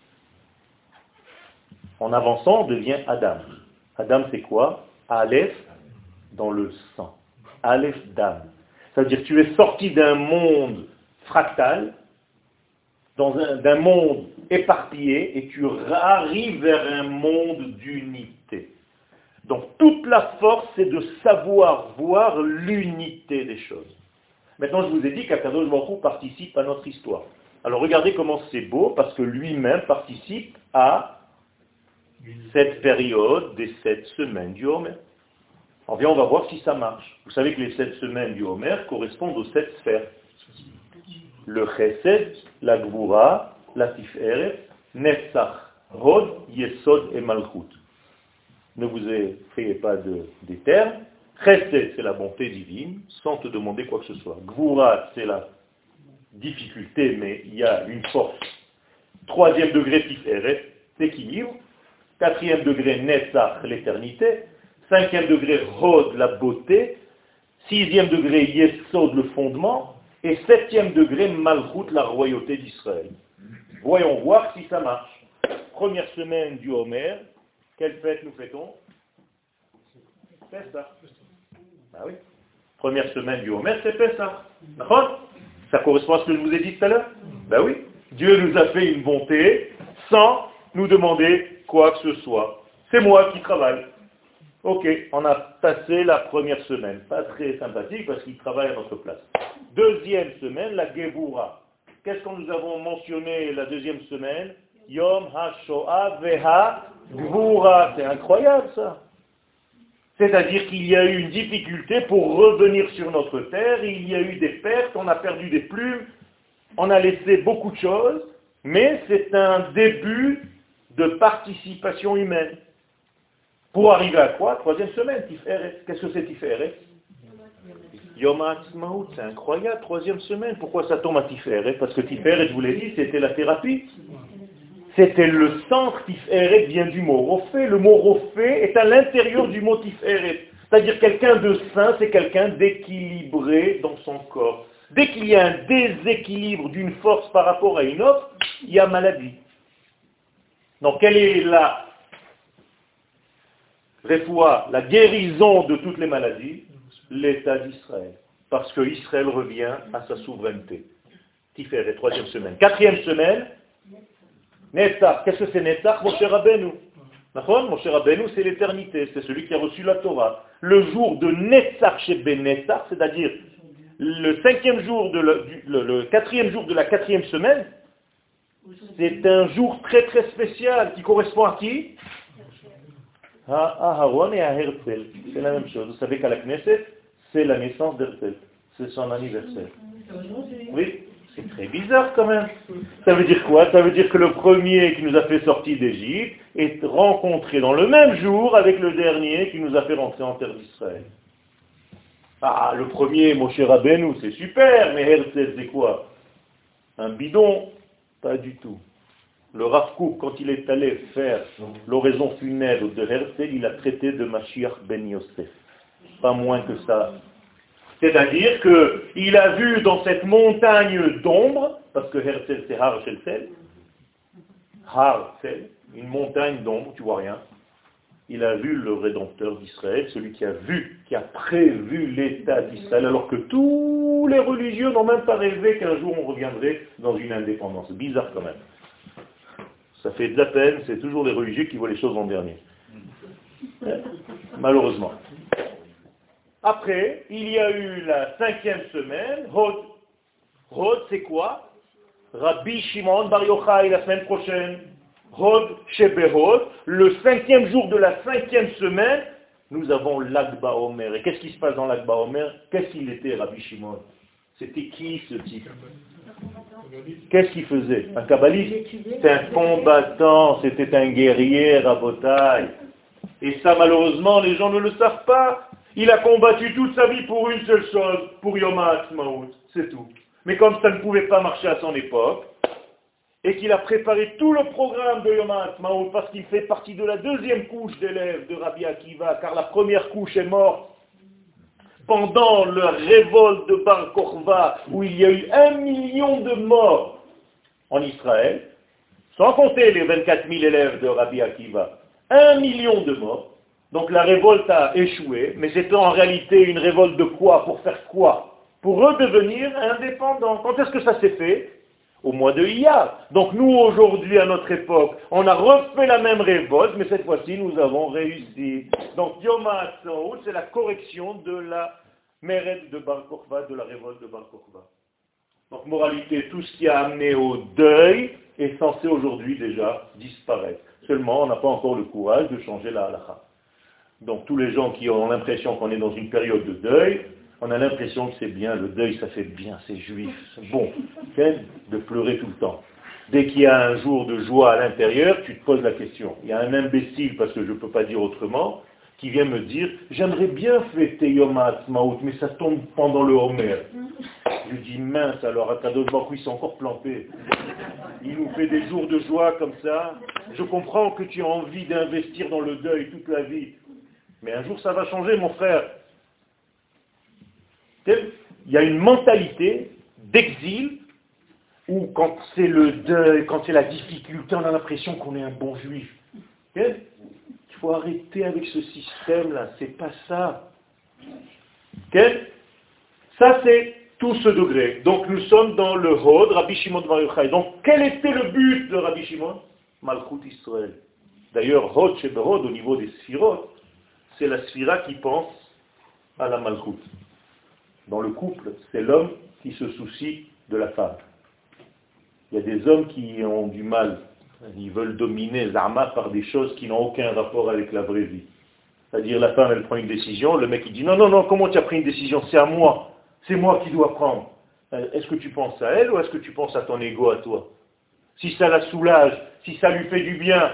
En avançant, on devient Adam. Adam, c'est quoi? Aleph dans le sang. Aleph d'âme. Ça veut dire que tu es sorti d'un monde fractal, dans un, d'un monde éparpillé, et tu arrives vers un monde d'unité. Donc toute la force, c'est de savoir voir l'unité des choses. Maintenant, je vous ai dit qu'Akadosh Baruch Hu participe à notre histoire. Alors regardez comment c'est beau, parce que lui-même participe à cette période des sept semaines du Homer. Alors bien, on va voir si ça marche. Vous savez que les sept semaines du Homer correspondent aux sept sphères. Le Chesed, la Gvura, la Tiferet, Netzach, Hod, Yesod et Malchut. Ne vous effrayez pas de, des termes. Chesed, c'est la bonté divine, sans te demander quoi que ce soit. Gvura, c'est la difficulté, mais il y a une force. Troisième degré, Tiferet, l'équilibre. Quatrième degré, Netzach, l'éternité. Cinquième degré, Hod, la beauté. Sixième degré, Yesod, le fondement. Et septième degré, Malchut, la royauté d'Israël. Voyons voir si ça marche. Première semaine du Homer. Quelle fête nous fêtons? Pessah. Ah oui. Première semaine du Homer, c'est Pessah. D'accord? Ça correspond à ce que je vous ai dit tout à l'heure? Ben oui. Dieu nous a fait une bonté sans nous demander quoi que ce soit. C'est moi qui travaille. Ok, on a passé la première semaine. Pas très sympathique parce qu'il travaille à notre place. Deuxième semaine, la Gevura. Qu'est-ce que nous avons mentionné la deuxième semaine? Yom HaShoah Veha Gvura. C'est incroyable ça. C'est-à-dire qu'il y a eu une difficulté pour revenir sur notre terre, il y a eu des pertes, on a perdu des plumes, on a laissé beaucoup de choses, mais c'est un début de participation humaine. Pour arriver à quoi? Troisième semaine, Tiferet. Qu'est-ce que c'est Tiferet? Yom HaAtzmaut, c'est incroyable, troisième semaine. Pourquoi ça tombe à Tiferet? Parce que Tiferet, je vous l'ai dit, c'était la thérapie. C'était le centre. Tiferet vient du mot Rophé. Le mot Rophé est à l'intérieur du mot Tiferet. C'est-à-dire quelqu'un de sain, c'est quelqu'un d'équilibré dans son corps. Dès qu'il y a un déséquilibre d'une force par rapport à une autre, il y a maladie. Donc quelle est la réfoua, la guérison de toutes les maladies? L'État d'Israël. Parce que Israël revient à sa souveraineté. Tiferet, troisième semaine. Quatrième semaine, Netzach. Qu'est-ce que c'est Netzach? Moshe Rabbeinu. Moshe Rabbeinu, c'est l'éternité. C'est celui qui a reçu la Torah. Le jour de Netzach chez Ben Netzach, c'est-à-dire le cinquième jour de la, du, le, le quatrième jour de la quatrième semaine, c'est un jour très très spécial qui correspond à qui? À Aharon et à Herzl. C'est la même chose. Vous savez qu'à la Knesset, c'est la naissance d'Herzl. C'est son anniversaire. Oui, c'est très bizarre quand même. Ça veut dire quoi? Ça veut dire que le premier qui nous a fait sortir d'Égypte est rencontré dans le même jour avec le dernier qui nous a fait rentrer en terre d'Israël. Ah, le premier, Moshe Rabbeinu, c'est super, mais Herzl, c'est quoi? Un bidon? Pas du tout. Le Rav Kook, quand il est allé faire l'oraison funèbre de Herzl, il a traité de Mashiach ben Yosef. Pas moins que ça. C'est-à-dire qu'il a vu dans cette montagne d'ombre, parce que Herzl c'est Har Shel, Har Shel, une montagne d'ombre, tu vois rien. Il a vu le Rédempteur d'Israël, celui qui a vu, qui a prévu l'État d'Israël, alors que tous les religieux n'ont même pas rêvé qu'un jour on reviendrait dans une indépendance. C'est bizarre quand même. Ça fait de la peine, c'est toujours les religieux qui voient les choses en dernier. Malheureusement. Après, il y a eu la cinquième semaine, Hod. Hod, c'est quoi? Rabbi Shimon Bar Yochai, la semaine prochaine. Hod Shebehod, le cinquième jour de la cinquième semaine, nous avons l'Akba Omer. Et qu'est-ce qui se passe dans l'Akba Omer? Qu'est-ce qu'il était, Rabbi Shimon? C'était qui ce type? Qu'est-ce qu'il faisait? Un kabbaliste? C'était un combattant, c'était un guerrier, Rabotai. Et ça, malheureusement, les gens ne le savent pas. Il a combattu toute sa vie pour une seule chose, pour Yom HaAtzmaut, c'est tout. Mais comme ça ne pouvait pas marcher à son époque, et qu'il a préparé tout le programme de Yom HaAtzmaut, parce qu'il fait partie de la deuxième couche d'élèves de Rabbi Akiva, car la première couche est morte pendant la révolte de Bar Kokhba, où il y a eu un million de morts en Israël, sans compter les vingt-quatre mille élèves de Rabbi Akiva. Un million de morts. Donc la révolte a échoué, mais c'était en réalité une révolte de quoi? Pour faire quoi? Pour redevenir indépendants. Quand est-ce que ça s'est fait? Au mois de Iyar. Donc nous, aujourd'hui, à notre époque, on a refait la même révolte, mais cette fois-ci, nous avons réussi. Donc Yom HaAtzmaut, c'est la correction de la Mered de Bar Kokhba, de la révolte de Bar Kokhba. Donc moralité, tout ce qui a amené au deuil est censé aujourd'hui déjà disparaître. Seulement, on n'a pas encore le courage de changer la halakha. Donc tous les gens qui ont l'impression qu'on est dans une période de deuil, on a l'impression que c'est bien, le deuil ça fait bien, c'est juif, c'est bon, okay, de pleurer tout le temps. Dès qu'il y a un jour de joie à l'intérieur, tu te poses la question. Il y a un imbécile, parce que je ne peux pas dire autrement, qui vient me dire, j'aimerais bien fêter Yom HaAtzmaut, mais ça tombe pendant le Homer. Je dis, mince, alors Akadosh Baruch Hu, il s'est encore planté. Il nous fait des jours de joie comme ça. Je comprends que tu as envie d'investir dans le deuil toute la vie. Mais un jour, ça va changer, mon frère. Il y a une mentalité d'exil où quand c'est le deuil, quand c'est la difficulté, on a l'impression qu'on est un bon juif. Il faut arrêter avec ce système-là, c'est pas ça. Ça, c'est tout ce degré. Donc nous sommes dans le Hod, Rabbi Shimon Bar Yochai. Donc quel était le but de Rabbi Shimon? Malchut Israël. D'ailleurs, Hod chez Hod, au niveau des Sphirot, c'est la Sphira qui pense à la Malchut. Dans le couple, c'est l'homme qui se soucie de la femme. Il y a des hommes qui ont du mal. Ils veulent dominer Zama par des choses qui n'ont aucun rapport avec la vraie vie. C'est-à-dire, la femme, elle prend une décision, le mec, il dit, non, non, non, comment tu as pris une décision? C'est à moi. C'est moi qui dois prendre. Est-ce que tu penses à elle ou est-ce que tu penses à ton ego, à toi? Si ça la soulage, si ça lui fait du bien.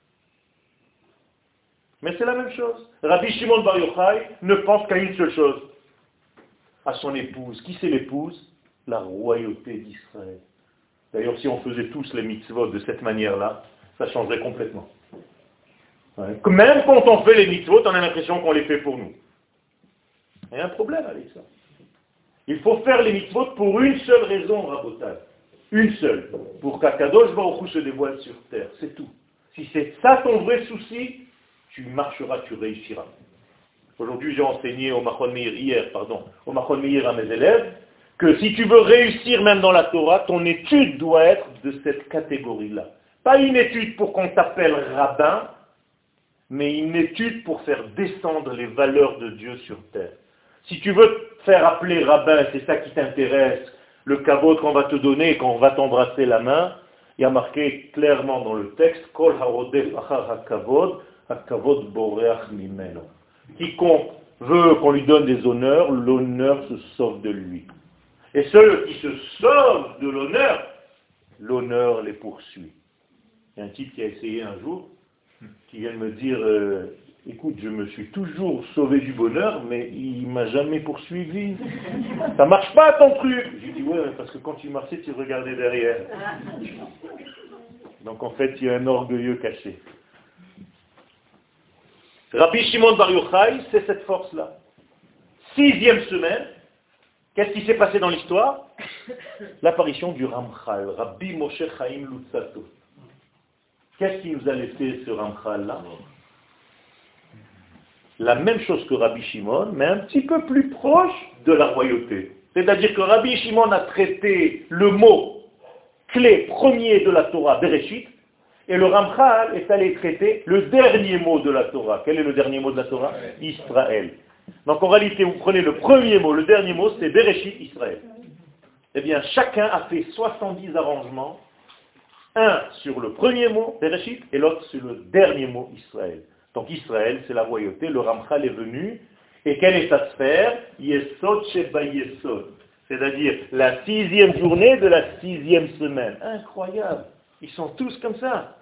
Mais c'est la même chose. Rabbi Shimon Bar Yochai ne pense qu'à une seule chose. À son épouse. Qui c'est l'épouse? La royauté d'Israël. D'ailleurs, si on faisait tous les mitzvot de cette manière-là, ça changerait complètement. Ouais. Même quand on fait les mitzvot, on a l'impression qu'on les fait pour nous. Il y a un problème avec ça. Il faut faire les mitzvot pour une seule raison, Rabotai. Une seule. Pour qu'Akadosh Baruch Hu se dévoile sur terre. C'est tout. Si c'est ça ton vrai souci, tu marcheras, tu réussiras. Aujourd'hui, j'ai enseigné au Machon Meir, hier, pardon, au Machon Meir à mes élèves, que si tu veux réussir même dans la Torah, ton étude doit être de cette catégorie-là. Pas une étude pour qu'on t'appelle rabbin, mais une étude pour faire descendre les valeurs de Dieu sur terre. Si tu veux te faire appeler rabbin, c'est ça qui t'intéresse, le kavod qu'on va te donner, quand on va t'embrasser la main, il y a marqué clairement dans le texte, Kol harodef achar hakavod, hakavod boreach mimeno. Quiconque veut qu'on lui donne des honneurs, l'honneur se sauve de lui. Et ceux qui se sauvent de l'honneur, l'honneur les poursuit. Il y a un type qui a essayé un jour, qui vient de me dire, euh, écoute, je me suis toujours sauvé du bonheur, mais il ne m'a jamais poursuivi. Ça marche pas ton truc. J'ai dit, ouais, parce que quand tu marchais, tu regardais derrière. Donc en fait, il y a un orgueilleux caché. Rabbi Shimon Bar Yochai, c'est cette force-là. Sixième semaine, qu'est-ce qui s'est passé dans l'histoire? L'apparition du Ramchal, Rabbi Moshe Chaim Luzzatto. Qu'est-ce qui nous a laissé ce Ramchal-là? La même chose que Rabbi Shimon, mais un petit peu plus proche de la royauté. C'est-à-dire que Rabbi Shimon a traité le mot clé premier de la Torah, Bereshit, et le Ramchal est allé traiter le dernier mot de la Torah. Quel est le dernier mot de la Torah? Israël. Donc en réalité, vous prenez le premier mot, le dernier mot, c'est Bereshit, Israël. Eh bien, chacun a fait soixante-dix arrangements, un sur le premier mot, Bereshit, et l'autre sur le dernier mot, Israël. Donc Israël, c'est la royauté, le Ramchal est venu, et quelle est sa sphère? Yesod Sheba Yesod, c'est-à-dire la sixième journée de la sixième semaine. Incroyable, ils sont tous comme ça.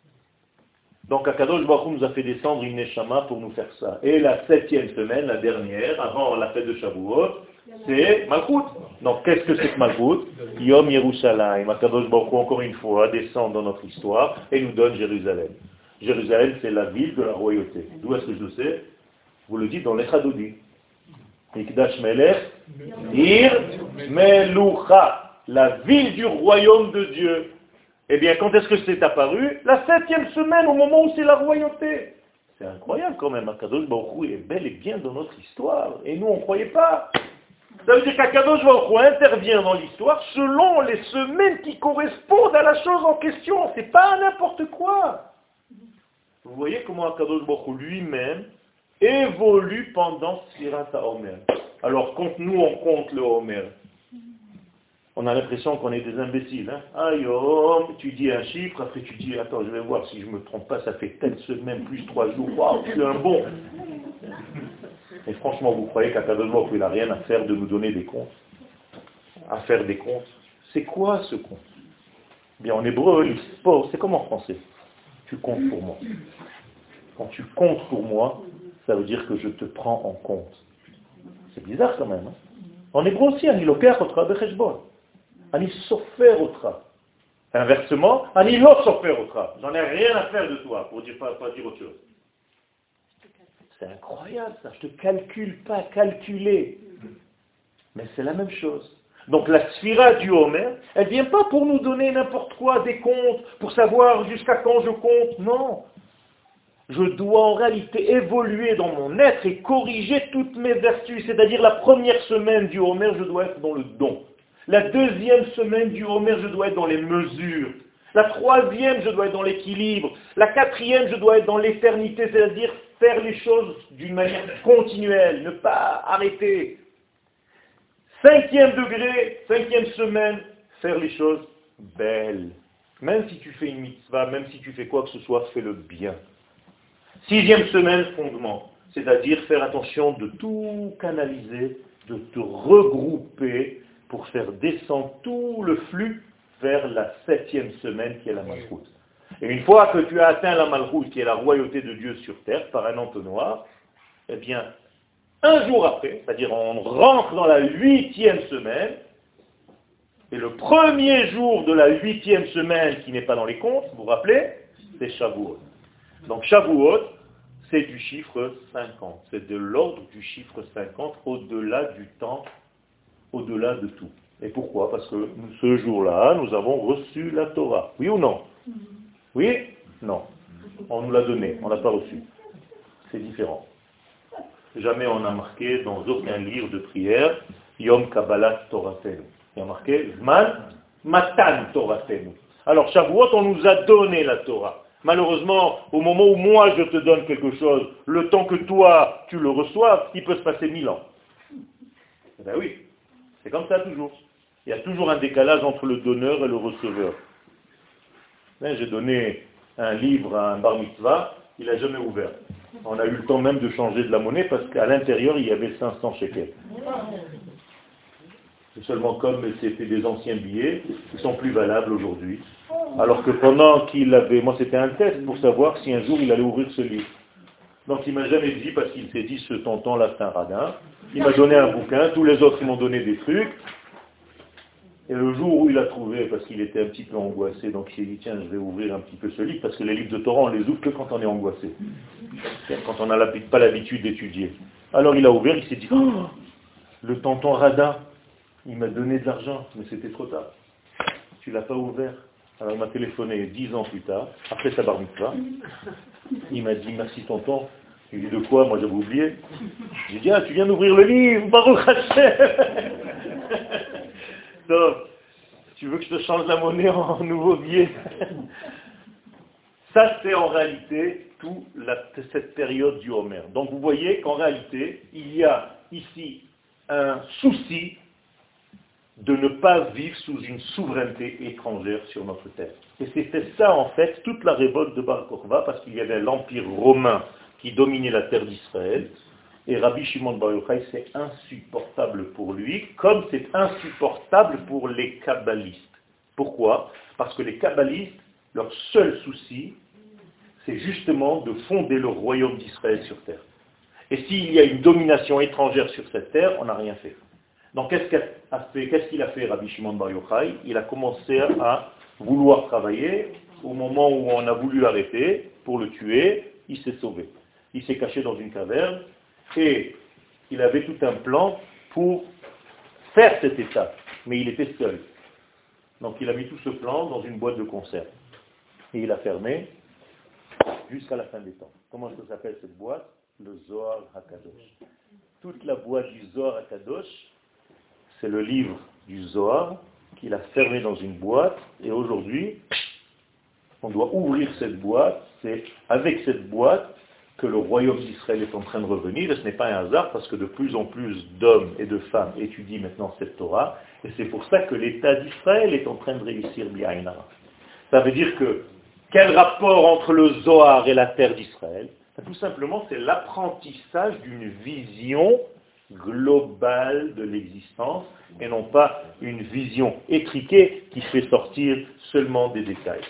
Donc Akadosh Baruch Hu nous a fait descendre une Neshama pour nous faire ça. Et la septième semaine, la dernière, avant la fête de Shavuot, c'est Malchut. Donc qu'est-ce que c'est que Malchut? Yom Yerushalayim. Akadosh Baruch Hu, encore une fois, descend dans notre histoire et nous donne Jérusalem. Jérusalem, c'est la ville de la royauté. D'où est-ce que je le sais? Vous le dites dans l'Echadodi. Ikdash Melech, Ir Melucha, la ville du royaume de Dieu. Eh bien, quand est-ce que c'est apparu? La septième semaine, au moment où c'est la royauté. C'est incroyable quand même. Akadosh Baruch Hu est bel et bien dans notre histoire. Et nous, on ne croyait pas. Ça veut dire qu'Akadosh Baruch Hu intervient dans l'histoire selon les semaines qui correspondent à la chose en question. C'est pas n'importe quoi. Vous voyez comment Akadosh Baruch Hu lui-même évolue pendant Sfirat HaOmer. Alors, quand nous, on compte le Homer, on a l'impression qu'on est des imbéciles. Hein. Ah, yo, tu dis un chiffre, après tu dis, attends, je vais voir si je ne me trompe pas, ça fait telle semaine, plus trois jours, waouh, tu es un bon. Et franchement, vous croyez qu'Akadosh Baruch Hu, il n'a rien à faire de nous donner des comptes? À faire des comptes? C'est quoi ce compte? Bien, en hébreu, c'est comme en français. Tu comptes pour moi. Quand tu comptes pour moi, ça veut dire que je te prends en compte. C'est bizarre quand même. Hein. En hébreu aussi, ani lokeach otra becheshbon. Ani sofer otra. Inversement, ani lo sofer otra. J'en ai rien à faire de toi, pour dire, pas, pas dire autre chose. C'est incroyable ça, je ne te calcule pas, calculer. Mais c'est la même chose. Donc la sphira du Homer, elle ne vient pas pour nous donner n'importe quoi, des comptes, pour savoir jusqu'à quand je compte. Non. Je dois en réalité évoluer dans mon être et corriger toutes mes vertus. C'est-à-dire la première semaine du Homer, je dois être dans le don. La deuxième semaine du Homer, je dois être dans les mesures. La troisième, je dois être dans l'équilibre. La quatrième, je dois être dans l'éternité, c'est-à-dire faire les choses d'une manière continuelle, ne pas arrêter. Cinquième degré, cinquième semaine, faire les choses belles. Même si tu fais une mitzvah, même si tu fais quoi que ce soit, fais-le bien. Sixième semaine, fondement, c'est-à-dire faire attention de tout canaliser, de te regrouper pour faire descendre tout le flux vers la septième semaine qui est la Malchut. Et une fois que tu as atteint la Malchut, qui est la royauté de Dieu sur terre, par un entonnoir, eh bien, un jour après, c'est-à-dire on rentre dans la huitième semaine, et le premier jour de la huitième semaine qui n'est pas dans les comptes, vous vous rappelez, c'est Shavuot. Donc Shavuot, c'est du chiffre cinquante. C'est de l'ordre du chiffre cinquante, au-delà du temps, au-delà de tout. Et pourquoi? Parce que ce jour-là, nous avons reçu la Torah. Oui ou non? Oui? Non. On nous l'a donné, on ne l'a pas reçu. C'est différent. Jamais on n'a marqué dans aucun livre de prière Yom Kabbalat Toratenu. Il y a marqué Zman Matan Toratenu. Alors Shavuot, on nous a donné la Torah. Malheureusement, au moment où moi je te donne quelque chose, le temps que toi tu le reçoives, il peut se passer mille ans. Eh bien oui, c'est comme ça toujours. Il y a toujours un décalage entre le donneur et le receveur. J'ai donné un livre à un bar mitzvah, il n'a jamais ouvert. On a eu le temps même de changer de la monnaie parce qu'à l'intérieur il y avait cinq cents shekels. C'est seulement comme c'était des anciens billets, ils sont plus valables aujourd'hui. Alors que pendant qu'il avait, moi c'était un test pour savoir si un jour il allait ouvrir ce livre. Donc il m'a jamais dit, parce qu'il s'est dit ce tonton-là c'est un radin, il m'a donné un bouquin, tous les autres ils m'ont donné des trucs, et le jour où il a trouvé, parce qu'il était un petit peu angoissé, donc il s'est dit tiens je vais ouvrir un petit peu ce livre, parce que les livres de Torah on les ouvre que quand on est angoissé, quand on n'a pas l'habitude d'étudier. Alors il a ouvert, il s'est dit oh, le tonton radin, il m'a donné de l'argent, mais c'était trop tard. Tu l'as pas ouvert. Alors il m'a téléphoné dix ans plus tard, après sa bar mitzvah. Il m'a dit merci tonton. Il dit de quoi? Moi j'avais oublié. J'ai dit ah tu viens d'ouvrir le livre, Baruch Hashem. Donc, tu veux que je te change la monnaie en nouveau billet? Ça c'est en réalité toute cette période du Homer. Donc vous voyez qu'en réalité, il y a ici un souci de ne pas vivre sous une souveraineté étrangère sur notre terre. Et c'était ça en fait toute la révolte de Bar Kokhba, parce qu'il y avait l'empire romain qui dominait la terre d'Israël, et Rabbi Shimon Bar Yochai, c'est insupportable pour lui, comme c'est insupportable pour les kabbalistes. Pourquoi? Parce que les kabbalistes, leur seul souci, c'est justement de fonder le royaume d'Israël sur terre. Et s'il y a une domination étrangère sur cette terre, on n'a rien fait. Donc qu'est-ce qu'il a fait, qu'est-ce qu'il a fait Rabbi Shimon Bar Yochai? Il a commencé à vouloir travailler. Au moment où on a voulu l'arrêter pour le tuer, il s'est sauvé. Il s'est caché dans une caverne et il avait tout un plan pour faire cette étape. Mais il était seul. Donc il a mis tout ce plan dans une boîte de conserve. Et il a fermé jusqu'à la fin des temps. Comment ça s'appelle cette boîte? Le Zohar HaKadosh. Toute la boîte du Zohar HaKadosh, c'est le livre du Zohar qu'il a fermé dans une boîte. Et aujourd'hui, on doit ouvrir cette boîte. C'est avec cette boîte que le royaume d'Israël est en train de revenir. Et ce n'est pas un hasard parce que de plus en plus d'hommes et de femmes étudient maintenant cette Torah. Et c'est pour ça que l'État d'Israël est en train de réussir Bi'aïnara. Ça veut dire que quel rapport entre le Zohar et la terre d'Israël? Tout simplement, c'est l'apprentissage d'une vision globale de l'existence et non pas une vision étriquée qui fait sortir seulement des détails.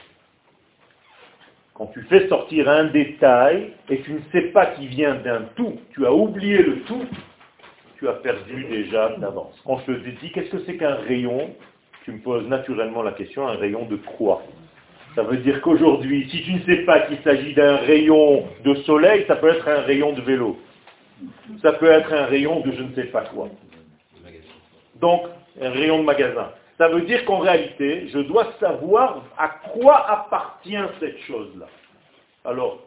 Quand tu fais sortir un détail et tu ne sais pas qu'il vient d'un tout, tu as oublié le tout, tu as perdu déjà d'avance. Quand je te dis qu'est-ce que c'est qu'un rayon, tu me poses naturellement la question, un rayon de quoi? Ça veut dire qu'aujourd'hui, si tu ne sais pas qu'il s'agit d'un rayon de soleil, ça peut être un rayon de vélo. Ça peut être un rayon de je ne sais pas quoi. Donc, un rayon de magasin. Ça veut dire qu'en réalité, je dois savoir à quoi appartient cette chose-là. Alors,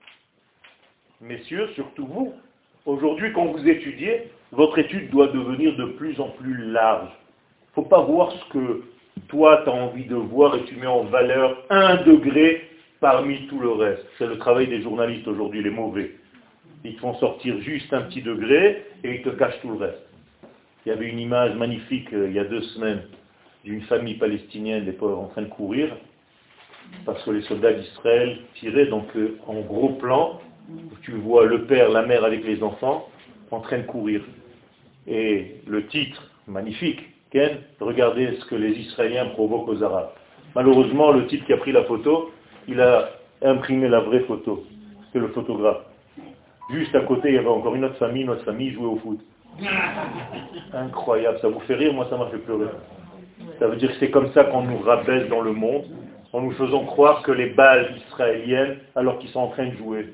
messieurs, surtout vous, aujourd'hui quand vous étudiez, votre étude doit devenir de plus en plus large. Il ne faut pas voir ce que toi tu as envie de voir et tu mets en valeur un degré parmi tout le reste. C'est le travail des journalistes aujourd'hui, les mauvais. Ils te font sortir juste un petit degré et ils te cachent tout le reste. Il y avait une image magnifique euh, il y a deux semaines d'une famille palestinienne, des pauvres en train de courir, parce que les soldats d'Israël tiraient, donc euh, en gros plan, tu vois le père, la mère avec les enfants en train de courir. Et le titre, magnifique, Ken, regardez ce que les Israéliens provoquent aux Arabes. Malheureusement, le type qui a pris la photo, il a imprimé la vraie photo. C'est le photographe. Juste à côté, il y avait encore une autre famille, notre famille jouait au foot. Incroyable, ça vous fait rire, moi ça m'a fait pleurer. Ça veut dire que c'est comme ça qu'on nous rabaisse dans le monde, en nous faisant croire que les balles israéliennes, alors qu'ils sont en train de jouer.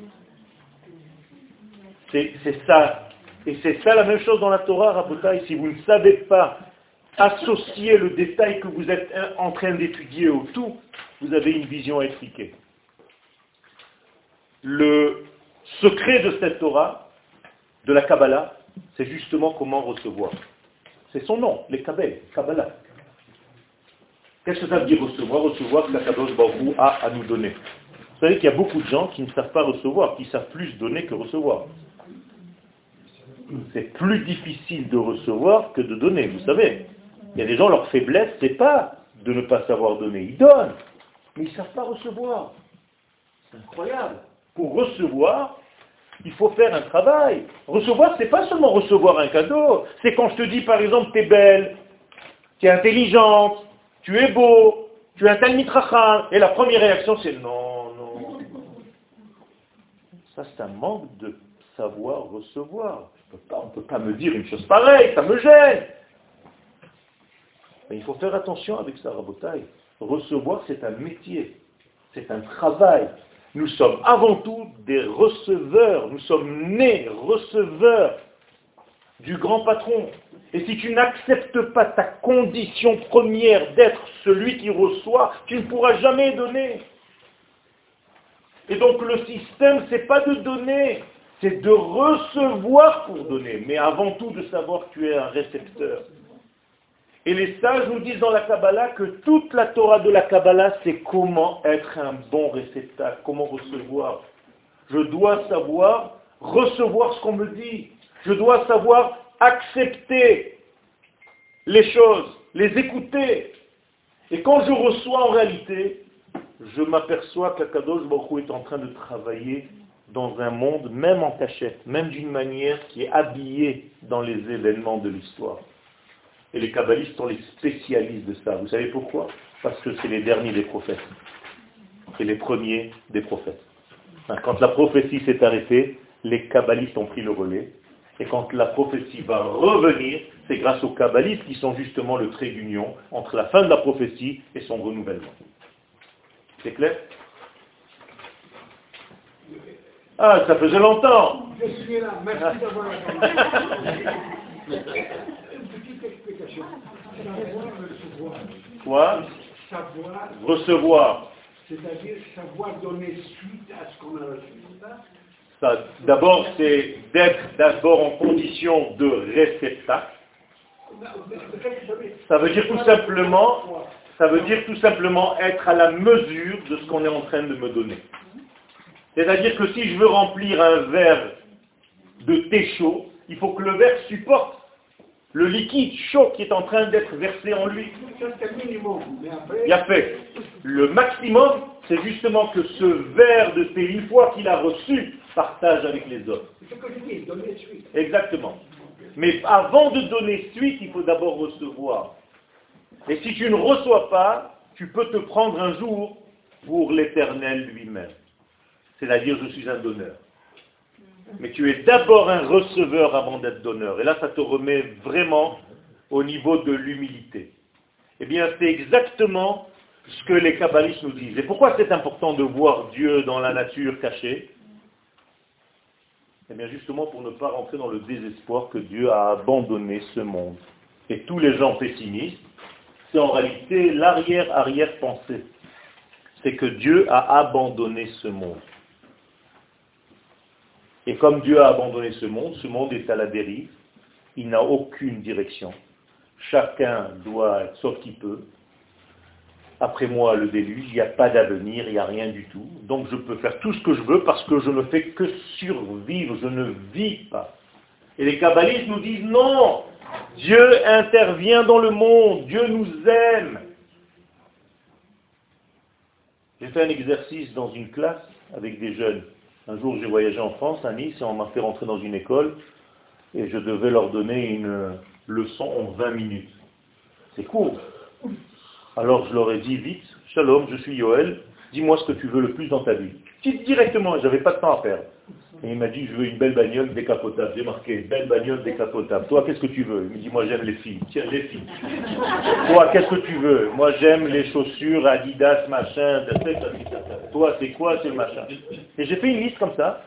C'est, c'est ça. Et c'est ça la même chose dans la Torah, Rabotai. Si vous ne savez pas associer le détail que vous êtes en train d'étudier au tout, vous avez une vision étriquée. Le secret de cette Torah, de la Kabbalah, c'est justement comment recevoir. C'est son nom, les Kabbal, Kabbalah. Qu'est-ce que ça veut dire recevoir? Recevoir ce qu'Akadosh Baruch Hu a à nous donner. Vous savez qu'il y a beaucoup de gens qui ne savent pas recevoir, qui savent plus donner que recevoir. C'est plus difficile de recevoir que de donner, vous savez. Il y a des gens, leur faiblesse, c'est pas de ne pas savoir donner. Ils donnent, mais ils ne savent pas recevoir. C'est incroyable. Pour recevoir, il faut faire un travail. Recevoir, c'est pas seulement recevoir un cadeau. C'est quand je te dis, par exemple, tu es belle, tu es intelligente, tu es beau, tu es un talmid chacham, et la première réaction, c'est non, non. Ça, c'est un manque de savoir recevoir. Je peux pas, on ne peut pas me dire une chose pareille, ça me gêne. Mais il faut faire attention avec ça, Rabotai. Recevoir, c'est un métier, c'est un travail. Nous sommes avant tout des receveurs, nous sommes nés receveurs du grand patron. Et si tu n'acceptes pas ta condition première d'être celui qui reçoit, tu ne pourras jamais donner. Et donc le système, c'est pas de donner, c'est de recevoir pour donner, mais avant tout de savoir que tu es un récepteur. Et les sages nous disent dans la Kabbalah que toute la Torah de la Kabbalah, c'est comment être un bon réceptacle, comment recevoir. Je dois savoir recevoir ce qu'on me dit. Je dois savoir accepter les choses. les écouter. Et quand je reçois en réalité, je m'aperçois qu'Akadosh Baruch Hu est en train de travailler dans un monde, même en cachette, même d'une manière qui est habillée dans les événements de l'histoire. Et les kabbalistes sont les spécialistes de ça. Vous savez pourquoi? Parce que c'est les derniers des prophètes. C'est les premiers des prophètes. Quand la prophétie s'est arrêtée, les kabbalistes ont pris le relais. Et quand la prophétie va revenir, c'est grâce aux kabbalistes qui sont justement le trait d'union entre la fin de la prophétie et son renouvellement. C'est clair? Ah, ça faisait longtemps. Je suis là, merci d'avoir répondu. Une petite explication. Savoir recevoir. Quoi? Savoir. Recevoir. C'est-à-dire savoir donner suite à ce qu'on a reçu. Ça, d'abord, c'est d'être d'abord en condition de réceptacle. Ça veut dire tout simplement, ça veut dire tout simplement être à la mesure de ce qu'on est en train de me donner. C'est-à-dire que si je veux remplir un verre de thé chaud, il faut que le verre supporte le liquide chaud qui est en train d'être versé en lui. Il y a fait. Le maximum, c'est justement que ce verre de thé, une fois qu'il a reçu, partage avec les autres. C'est ce que je dis, donner suite. Exactement. Mais avant de donner suite, il faut d'abord recevoir. Et si tu ne reçois pas, tu peux te prendre un jour pour l'Éternel lui-même. C'est-à-dire, je suis un donneur. Mais tu es d'abord un receveur avant d'être donneur. Et là, ça te remet vraiment au niveau de l'humilité. Eh bien, c'est exactement ce que les kabbalistes nous disent. Et pourquoi c'est important de voir Dieu dans la nature cachée? Eh bien, justement pour ne pas rentrer dans le désespoir que Dieu a abandonné ce monde. Et tous les gens pessimistes, c'est en réalité l'arrière-arrière-pensée. C'est que Dieu a abandonné ce monde. Et comme Dieu a abandonné ce monde, ce monde est à la dérive, il n'a aucune direction. Chacun doit être sauf qu'il peut. Après moi, le déluge, il n'y a pas d'avenir, il n'y a rien du tout. Donc je peux faire tout ce que je veux parce que je ne fais que survivre, je ne vis pas. Et les kabbalistes nous disent non, Dieu intervient dans le monde, Dieu nous aime. J'ai fait un exercice dans une classe avec des jeunes. Un jour, j'ai voyagé en France, à Nice, et on m'a fait rentrer dans une école, et je devais leur donner une leçon en vingt minutes. C'est court. Alors je leur ai dit vite, Shalom, je suis Yoel, dis-moi ce que tu veux le plus dans ta vie. Dites directement, je n'avais pas de temps à perdre. Et il m'a dit, je veux une belle bagnole décapotable. J'ai marqué, belle bagnole décapotable. Toi, qu'est-ce que tu veux? Il me dit, moi j'aime les filles. Tiens, les filles. Toi, qu'est-ce que tu veux? Moi j'aime les chaussures Adidas, machin. Toi, c'est quoi? C'est le machin. Et j'ai fait une liste comme ça.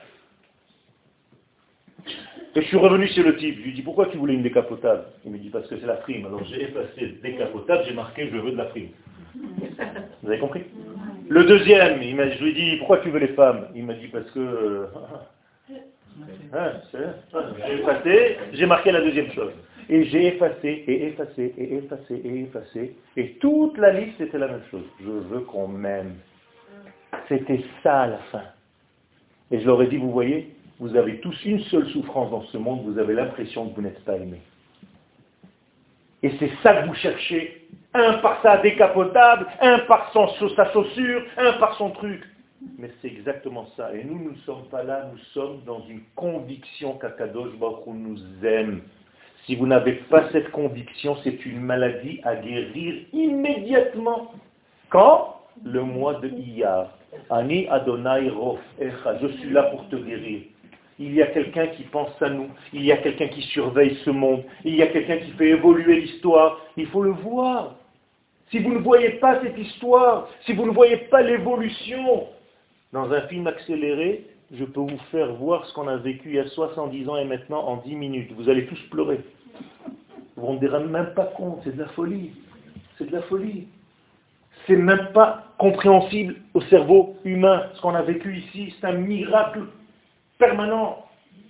Et je suis revenu chez le type. Je lui ai dit, pourquoi tu voulais une décapotable? Il me dit, parce que c'est la prime. Alors j'ai effacé décapotable, j'ai marqué, je veux de la prime. Vous avez compris? Le deuxième, il m'a, je lui ai dit, pourquoi tu veux les femmes? Il m'a dit, parce que... Euh, hein, j'ai effacé, j'ai marqué la deuxième chose. Et j'ai effacé, et effacé, et effacé, et effacé. Et toute la liste, c'était la même chose. Je veux qu'on m'aime. C'était ça à la fin. Et je leur ai dit, vous voyez, vous avez tous une seule souffrance dans ce monde, vous avez l'impression que vous n'êtes pas aimé. Et c'est ça que vous cherchez. Un par sa décapotable, un par son, sa chaussure, un par son truc. Mais c'est exactement ça. Et nous, nous ne sommes pas là, nous sommes dans une conviction qu'Akadosh Baruch Hu nous aime. Si vous n'avez pas cette conviction, c'est une maladie à guérir immédiatement. Quand? Le mois de Iyar. Ani Adonai Rofecha. Je suis là pour te guérir. Il y a quelqu'un qui pense à nous, il y a quelqu'un qui surveille ce monde, il y a quelqu'un qui fait évoluer l'histoire. Il faut le voir. Si vous ne voyez pas cette histoire, si vous ne voyez pas l'évolution, dans un film accéléré, je peux vous faire voir ce qu'on a vécu il y a soixante-dix ans et maintenant en dix minutes. Vous allez tous pleurer. Vous ne vous rendez même pas compte, c'est de la folie. C'est de la folie. C'est même pas compréhensible au cerveau humain. Ce qu'on a vécu ici, c'est un miracle permanent.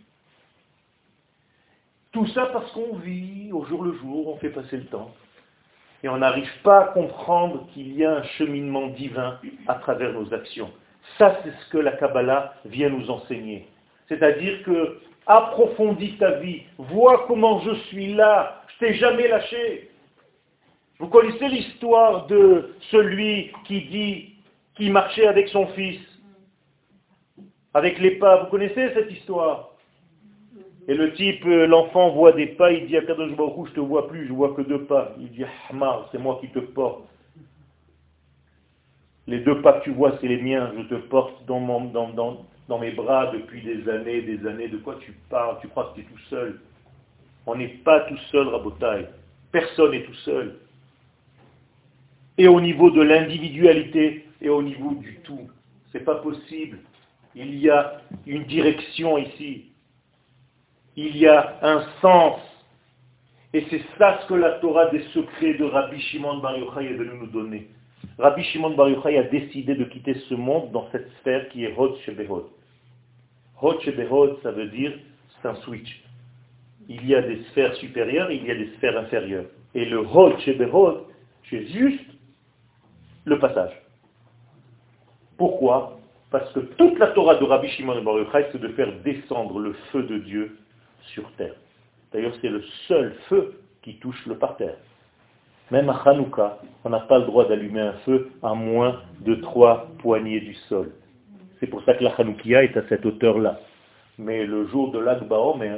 Tout ça parce qu'on vit au jour le jour, on fait passer le temps. Et on n'arrive pas à comprendre qu'il y a un cheminement divin à travers nos actions. Ça, c'est ce que la Kabbalah vient nous enseigner. C'est-à-dire que approfondis ta vie, vois comment je suis là, je t'ai jamais lâché. Vous connaissez l'histoire de celui qui dit qu'il marchait avec son fils, avec les pas. Vous connaissez cette histoire? Et le type, euh, l'enfant voit des pas, il dit à Kadosh Baruch Hu, je te vois plus, je vois que deux pas. Il dit, Hamar, c'est moi qui te porte. Les deux pas que tu vois, c'est les miens, je te porte dans, mon, dans, dans, dans mes bras depuis des années, des années. De quoi tu parles? Tu crois que tu es tout seul? On n'est pas tout seul, Rabotai. Personne n'est tout seul. Et au niveau de l'individualité et au niveau du tout. C'est pas possible. Il y a une direction ici. Il y a un sens. Et c'est ça ce que la Torah des secrets de Rabbi Shimon Bar Yochai est venue nous donner. Rabbi Shimon Bar Yochai a décidé de quitter ce monde dans cette sphère qui est Hod Shebehod. Hod Shebehod, ça veut dire, c'est un switch. Il y a des sphères supérieures, il y a des sphères inférieures. Et le Hod Shebehod, c'est juste le passage. Pourquoi? Parce que toute la Torah de Rabbi Shimon Bar Yochai, c'est de faire descendre le feu de Dieu sur terre. D'ailleurs, c'est le seul feu qui touche le parterre. Même à Hanouka, on n'a pas le droit d'allumer un feu à moins de trois poignées du sol. C'est pour ça que la Hanoukia est à cette hauteur-là. Mais le jour de l'Ag Baomer,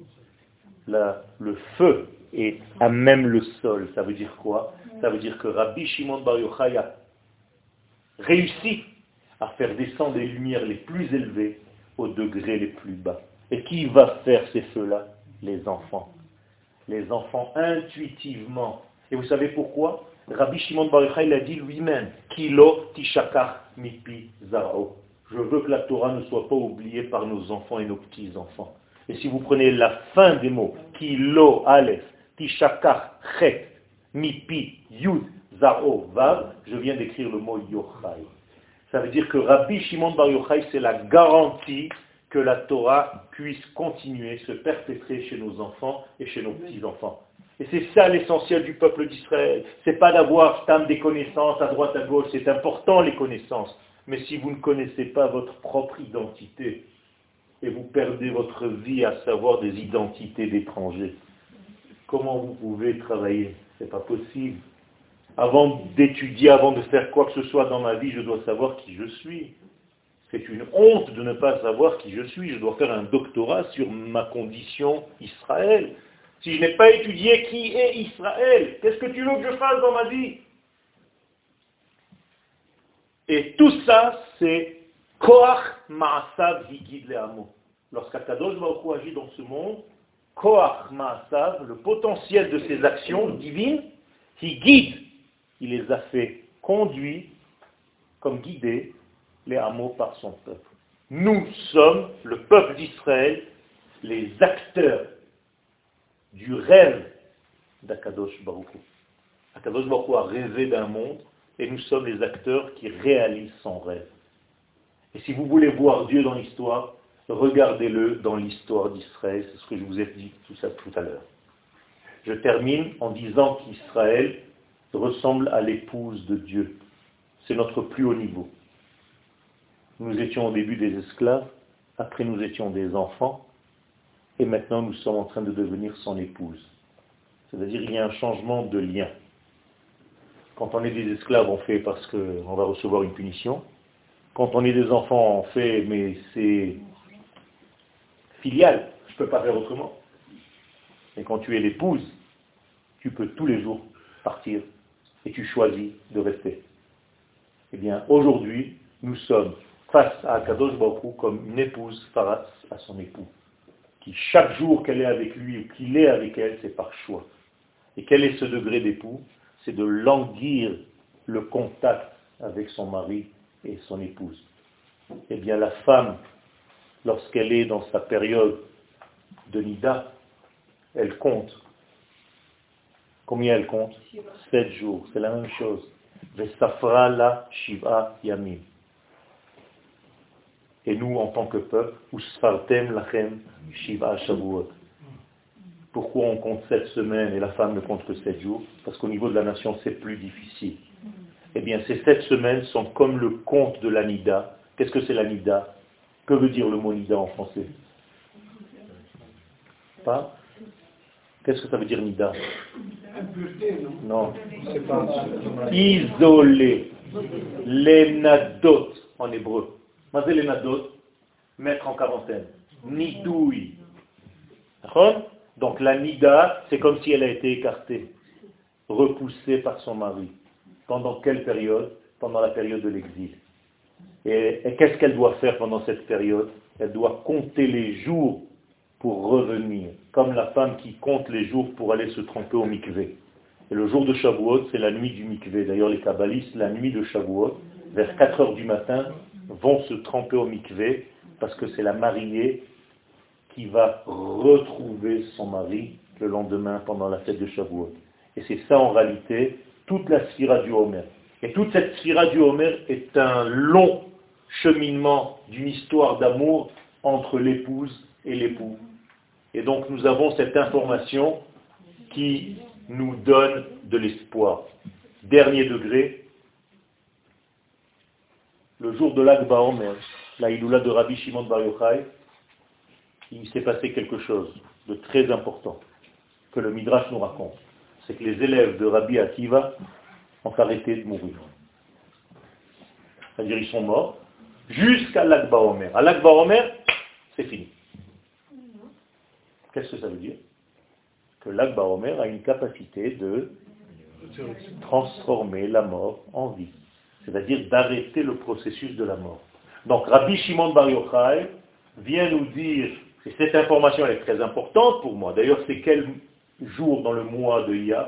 la, le feu est à même le sol. Ça veut dire quoi? Ça veut dire que Rabbi Shimon Bar Yochai a réussi à faire descendre les lumières les plus élevées aux degrés les plus bas. Et qui va faire ces feux-là? Les enfants. Les enfants intuitivement. Et vous savez pourquoi? Rabbi Shimon Bar Yochai l'a dit lui-même. Kilo tishakar mipi zarao. Je veux que la Torah ne soit pas oubliée par nos enfants et nos petits-enfants. Et si vous prenez la fin des mots, Kilo aleph tishakar chet mipi yud zaro vav, je viens d'écrire le mot Yochai. Ça veut dire que Rabbi Shimon Bar Yochai, c'est la garantie que la Torah puisse continuer, se perpétrer chez nos enfants et chez nos petits-enfants. Et c'est ça l'essentiel du peuple d'Israël. C'est pas d'avoir tam des connaissances à droite à gauche, c'est important les connaissances. Mais si vous ne connaissez pas votre propre identité, et vous perdez votre vie à savoir des identités d'étrangers, comment vous pouvez travailler? C'est pas possible. Avant d'étudier, avant de faire quoi que ce soit dans ma vie, je dois savoir qui je suis. C'est une honte de ne pas savoir qui je suis. Je dois faire un doctorat sur ma condition Israël. Si je n'ai pas étudié qui est Israël, qu'est-ce que tu veux que je fasse dans ma vie? Et tout ça, c'est Koach Ma'asav Higid Le'amo. Lorsqu'Akadosh Baruch Hu agit dans ce monde, Koach Ma'asav, le potentiel de ses actions divines, Higid, il les a fait conduire, comme guidés, les hameaux par son peuple. Nous sommes, le peuple d'Israël, les acteurs du rêve d'Akadosh Baruch Hu. Akadosh Baruch Hu a rêvé d'un monde et nous sommes les acteurs qui réalisent son rêve. Et si vous voulez voir Dieu dans l'histoire, regardez-le dans l'histoire d'Israël, c'est ce que je vous ai dit tout ça tout à l'heure. Je termine en disant qu'Israël ressemble à l'épouse de Dieu. C'est notre plus haut niveau. Nous étions au début des esclaves, après nous étions des enfants, et maintenant nous sommes en train de devenir son épouse. C'est-à-dire qu'il y a un changement de lien. Quand on est des esclaves, on fait parce qu'on va recevoir une punition. Quand on est des enfants, on fait, mais c'est filial, je ne peux pas faire autrement. Et quand tu es l'épouse, tu peux tous les jours partir et tu choisis de rester. Eh bien, aujourd'hui, nous sommes face à Kadosh Baruch Hu comme une épouse face à son époux, qui chaque jour qu'elle est avec lui ou qu'il est avec elle, c'est par choix. Et quel est ce degré d'époux? C'est de languir le contact avec son mari et son épouse. Eh bien, la femme, lorsqu'elle est dans sa période de nida, elle compte. Combien elle compte? Sept jours, c'est la même chose. Vesafra la shiva yamim. Et nous, en tant que peuple, usfartem lachem shiva shavuot. Pourquoi on compte sept semaines et la femme ne compte que sept jours? Parce qu'au niveau de la nation, c'est plus difficile. Eh bien, ces sept semaines sont comme le compte de la nida. Qu'est-ce que c'est la nida? Que veut dire le mot nida en français? Pas Qu'est-ce que ça veut dire Nida? Impureté, Non. non? C'est pas... Isoler. Les nadot en hébreu. Qu'est-ce que les nadot? Mettre en quarantaine. Nidouille. D'accord? Donc la Nida, c'est comme si elle a été écartée, repoussée par son mari. Pendant quelle période? Pendant la période de l'exil. Et, et qu'est-ce qu'elle doit faire pendant cette période? Elle doit compter les jours pour revenir, comme la femme qui compte les jours pour aller se tremper au mikvé. Et le jour de Shavuot, c'est la nuit du mikvé. D'ailleurs, les kabbalistes, la nuit de Shavuot, vers quatre heures du matin, vont se tremper au mikvé, parce que c'est la mariée qui va retrouver son mari le lendemain pendant la fête de Shavuot. Et c'est ça en réalité, toute la sphira du Homer. Et toute cette sphira du Homer est un long cheminement d'une histoire d'amour entre l'épouse et l'époux. Et donc nous avons cette information qui nous donne de l'espoir. Dernier degré, le jour de l'Ag Baomer, la Iloula de Rabbi Shimon Bar Yochai, il s'est passé quelque chose de très important que le Midrash nous raconte. C'est que les élèves de Rabbi Akiva ont arrêté de mourir. C'est-à-dire ils sont morts jusqu'à l'Ag Baomer. À l'Ag Baomer, c'est fini. Qu'est-ce que ça veut dire? Que l'Ag Baomer a une capacité de transformer la mort en vie. C'est-à-dire d'arrêter le processus de la mort. Donc Rabbi Shimon Bar Yochai vient nous dire, et cette information elle est très importante pour moi, d'ailleurs c'est quel jour dans le mois de Iyar?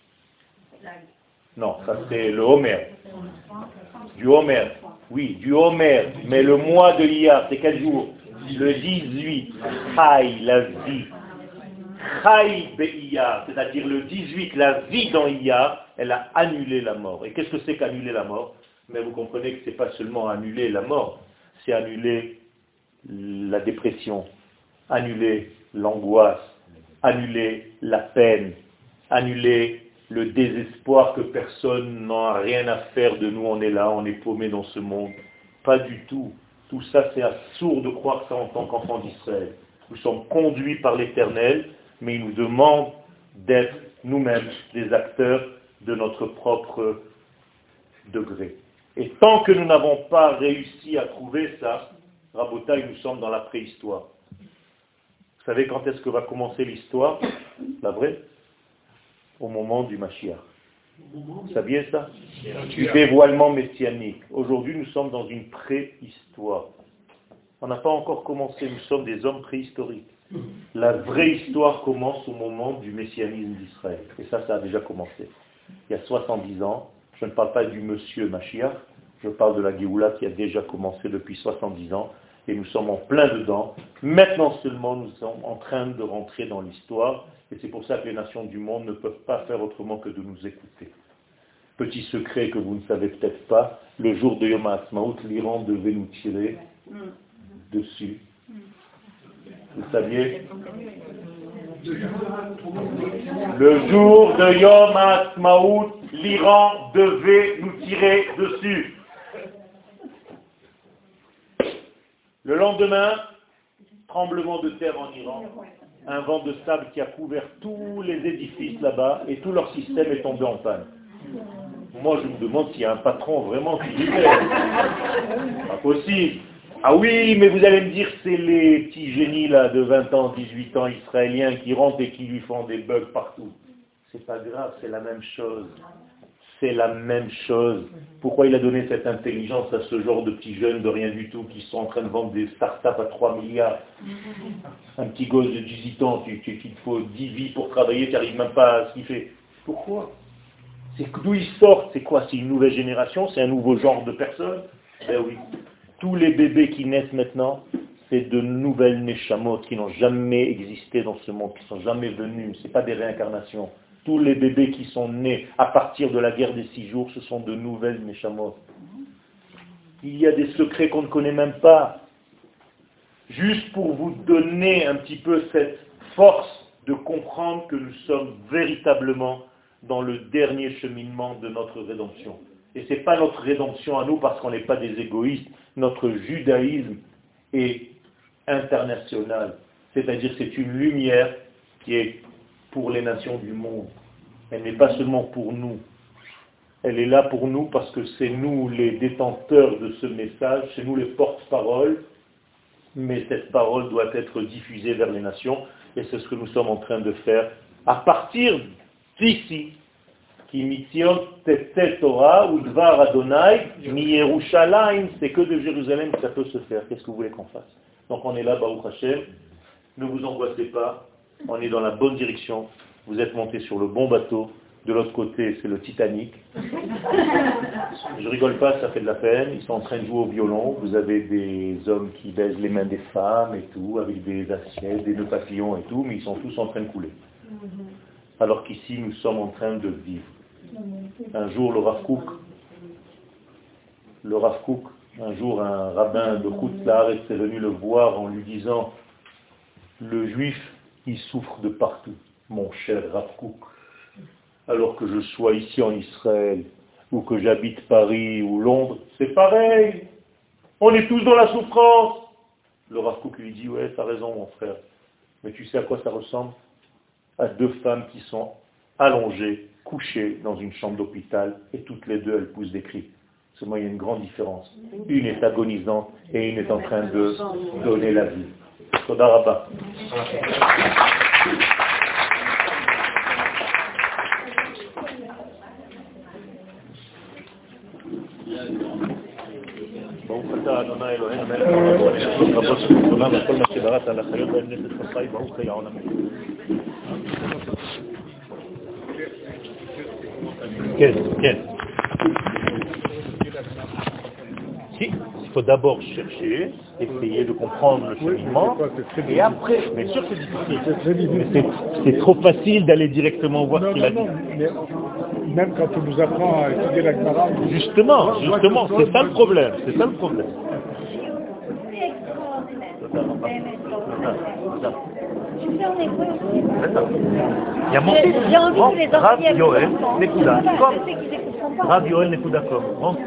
Non, ça c'est le Homer. Du Homer, oui, du Homer. Mais le mois de Iyar, c'est quel jour? Le dix-huit. Chai, la vie. Chai Be'iyar, c'est-à-dire le dix-huit, la vie dans Iyar, elle a annulé la mort. Et qu'est-ce que c'est qu'annuler la mort? Mais vous comprenez que ce n'est pas seulement annuler la mort, c'est annuler la dépression, annuler l'angoisse, annuler la peine, annuler le désespoir que personne n'a rien à faire de nous, on est là, on est paumé dans ce monde. Pas du tout. Tout ça, c'est absurde de croire ça en tant qu'enfant d'Israël. Nous sommes conduits par l'Éternel, mais il nous demande d'être nous-mêmes des acteurs de notre propre degré. Et tant que nous n'avons pas réussi à trouver ça, Rabotaï, nous sommes dans la préhistoire. Vous savez quand est-ce que va commencer l'histoire, la vraie? Au moment du Mashiach. Vous saviez ça? Du dévoilement messianique. Aujourd'hui, nous sommes dans une préhistoire. On n'a pas encore commencé, nous sommes des hommes préhistoriques. La vraie histoire commence au moment du messianisme d'Israël. Et ça, ça a déjà commencé. Il y a soixante-dix ans, je ne parle pas du monsieur Mashiach, je parle de la Géoula qui a déjà commencé depuis soixante-dix ans, et nous sommes en plein dedans. Maintenant seulement, nous sommes en train de rentrer dans l'histoire, et c'est pour ça que les nations du monde ne peuvent pas faire autrement que de nous écouter. Petit secret que vous ne savez peut-être pas, le jour de Yom HaAtzmaut, l'Iran devait nous tirer dessus. Vous saviez? Le jour de Yom HaAtzmaut, l'Iran devait nous tirer dessus. Le lendemain, tremblement de terre en Iran, un vent de sable qui a couvert tous les édifices là-bas et tout leur système est tombé en panne. Moi, je me demande s'il y a un patron vraiment qui dit pas possible. Ah oui, mais vous allez me dire c'est les petits génies là de vingt ans, dix-huit ans israéliens qui rentrent et qui lui font des bugs partout. C'est pas grave, c'est la même chose. C'est la même chose. Pourquoi il a donné cette intelligence à ce genre de petits jeunes de rien du tout qui sont en train de vendre des startups à trois milliards? Un petit gosse de dix-huit ans, tu, tu, il te faut dix vies pour travailler, tu n'arrives même pas à ce qu'il fait. Pourquoi? C'est d'où ils sortent, c'est quoi? C'est une nouvelle génération? C'est un nouveau genre de personnes? Ben oui. Tous les bébés qui naissent maintenant, c'est de nouvelles neshamot qui n'ont jamais existé dans ce monde, qui ne sont jamais venus. Ce n'est pas des réincarnations. Tous les bébés qui sont nés à partir de la guerre des six jours, ce sont de nouvelles neshamot. Il y a des secrets qu'on ne connaît même pas. Juste pour vous donner un petit peu cette force de comprendre que nous sommes véritablement dans le dernier cheminement de notre rédemption. Et ce n'est pas notre rédemption à nous parce qu'on n'est pas des égoïstes. Notre judaïsme est international. C'est-à-dire c'est une lumière qui est pour les nations du monde. Elle n'est pas seulement pour nous. Elle est là pour nous parce que c'est nous les détenteurs de ce message, c'est nous les porte-paroles, mais cette parole doit être diffusée vers les nations, et c'est ce que nous sommes en train de faire à partir d'ici. Qui mitzion tete Torah ou dvar Adonai mi Yerushalayim, c'est que de Jérusalem que ça peut se faire. Qu'est-ce que vous voulez qu'on fasse? Donc on est là, Baruch Hashem, ne vous angoissez pas, on est dans la bonne direction, vous êtes montés sur le bon bateau, de l'autre côté c'est le Titanic. Je rigole pas, ça fait de la peine, ils sont en train de jouer au violon, vous avez des hommes qui baisent les mains des femmes et tout, avec des assiettes, des nœuds papillons et tout, mais ils sont tous en train de couler. Alors qu'ici nous sommes en train de vivre. Un jour le Rav Kook, le Rav Kook, un jour un rabbin de Chutz La'aretz est venu le voir en lui disant: le juif il souffre de partout, mon cher Rav Kook. Alors que je sois ici en Israël, ou que j'habite Paris ou Londres, c'est pareil. On est tous dans la souffrance. Le Rav Kook lui dit: ouais, t'as raison mon frère. Mais tu sais à quoi ça ressemble? À deux femmes qui sont allongées, couchées dans une chambre d'hôpital, et toutes les deux elles poussent des cris. Seulement il y a une grande différence. Une est agonisante et une est en train de donner la vie. Toda Rabba. ברוך אתה אדוני אלוהינו מלך העולם והמלך רבות של עולם וכל מה שבראת על החיות והנפש חי ברוך היה העולם. כן, כן. Si, il faut d'abord chercher, essayer de comprendre le cheminement, et après, bien sûr c'est difficile, mais c'est, c'est trop facile d'aller directement voir ce qu'il a dit. Même quand on nous apprend à étudier la Gemara. Justement, justement, c'est ça le problème, c'est ça le problème. Il y a mon fils, Rav Yoel Nekuda Com. Rav Yoel Nekuda Com.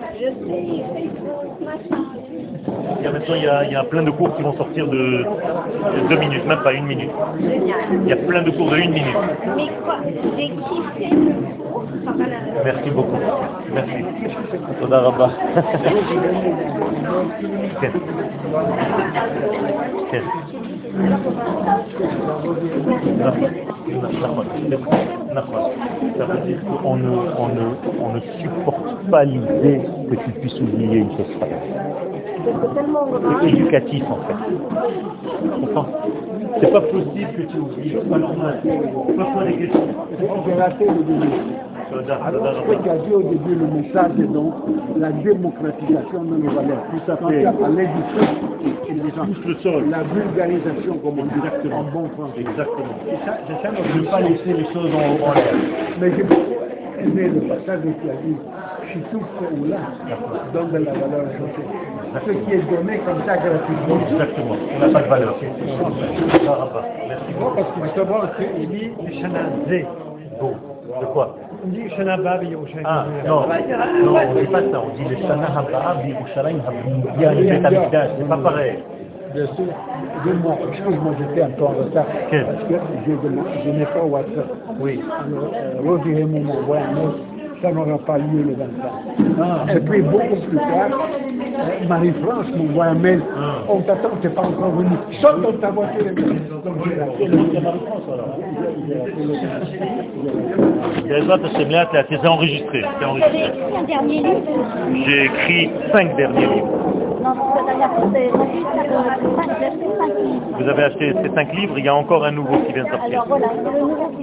Il y a maintenant il y a, il y a plein de cours qui vont sortir de, de deux minutes, même pas une minute. Il y a plein de cours de une minute. Mais quoi, j'ai kiffé le cours. Merci beaucoup. Merci. Toda Rabba. כן. כן. On ne, on, ne, on ne supporte pas l'idée que tu puisses oublier une chose pareille. C'est éducatif en fait. Tu comprends? C'est pas possible que tu oublies. C'est pas normal. C'est pas quoi les questions. J'ai raté le début. Alors, ce qui a dit au début, le message est donc la démocratisation de nos valeurs. Tout à fait. À l'aide du fait, les gens poussent le sol. La vulgarisation, comme on dit en bon français. Exactement. C'est ça, c'est ça, je ne veux pas laisser les choses en, en l'air. Mais j'ai beaucoup aimé le passage où tu as dit, Chitouf ou là, donne de la valeur ajoutée. Ce qui est donné comme ça gratuitement. Exactement. On n'a pas de valeur. Merci beaucoup. Parce que justement, il dit, Shanazé. Bon. De quoi? On dit Shana Haba Yerushalayim. Ah, non, non, on ne dit pas ça, on dit le Shana Haba Yerushalayim Habiyah, le Beth Amikdash, c'est pas pareil. Bien sûr, dis-moi, excuse-moi, j'étais un peu en retard, Quel? parce que je, je n'ai pas WhatsApp. Oui. Alors, euh, Roger m'a envoyé un mail, ça n'aura pas lieu le vingt-cinq. Ah. Et puis, beaucoup plus tard, euh, Marie-France m'envoie un mail, ah. On t'attend, tu n'es pas encore venu, saute dans ta voiture. Donc j'ai raté le mail. C'est enregistré. Vous avez écrit un dernier livre? J'ai écrit cinq derniers livres. Non, la dernière fois, c'est cinq livres. Vous avez acheté ces cinq livres, il y a encore un nouveau qui vient de sortir. Alors voilà, c'est le nouveau.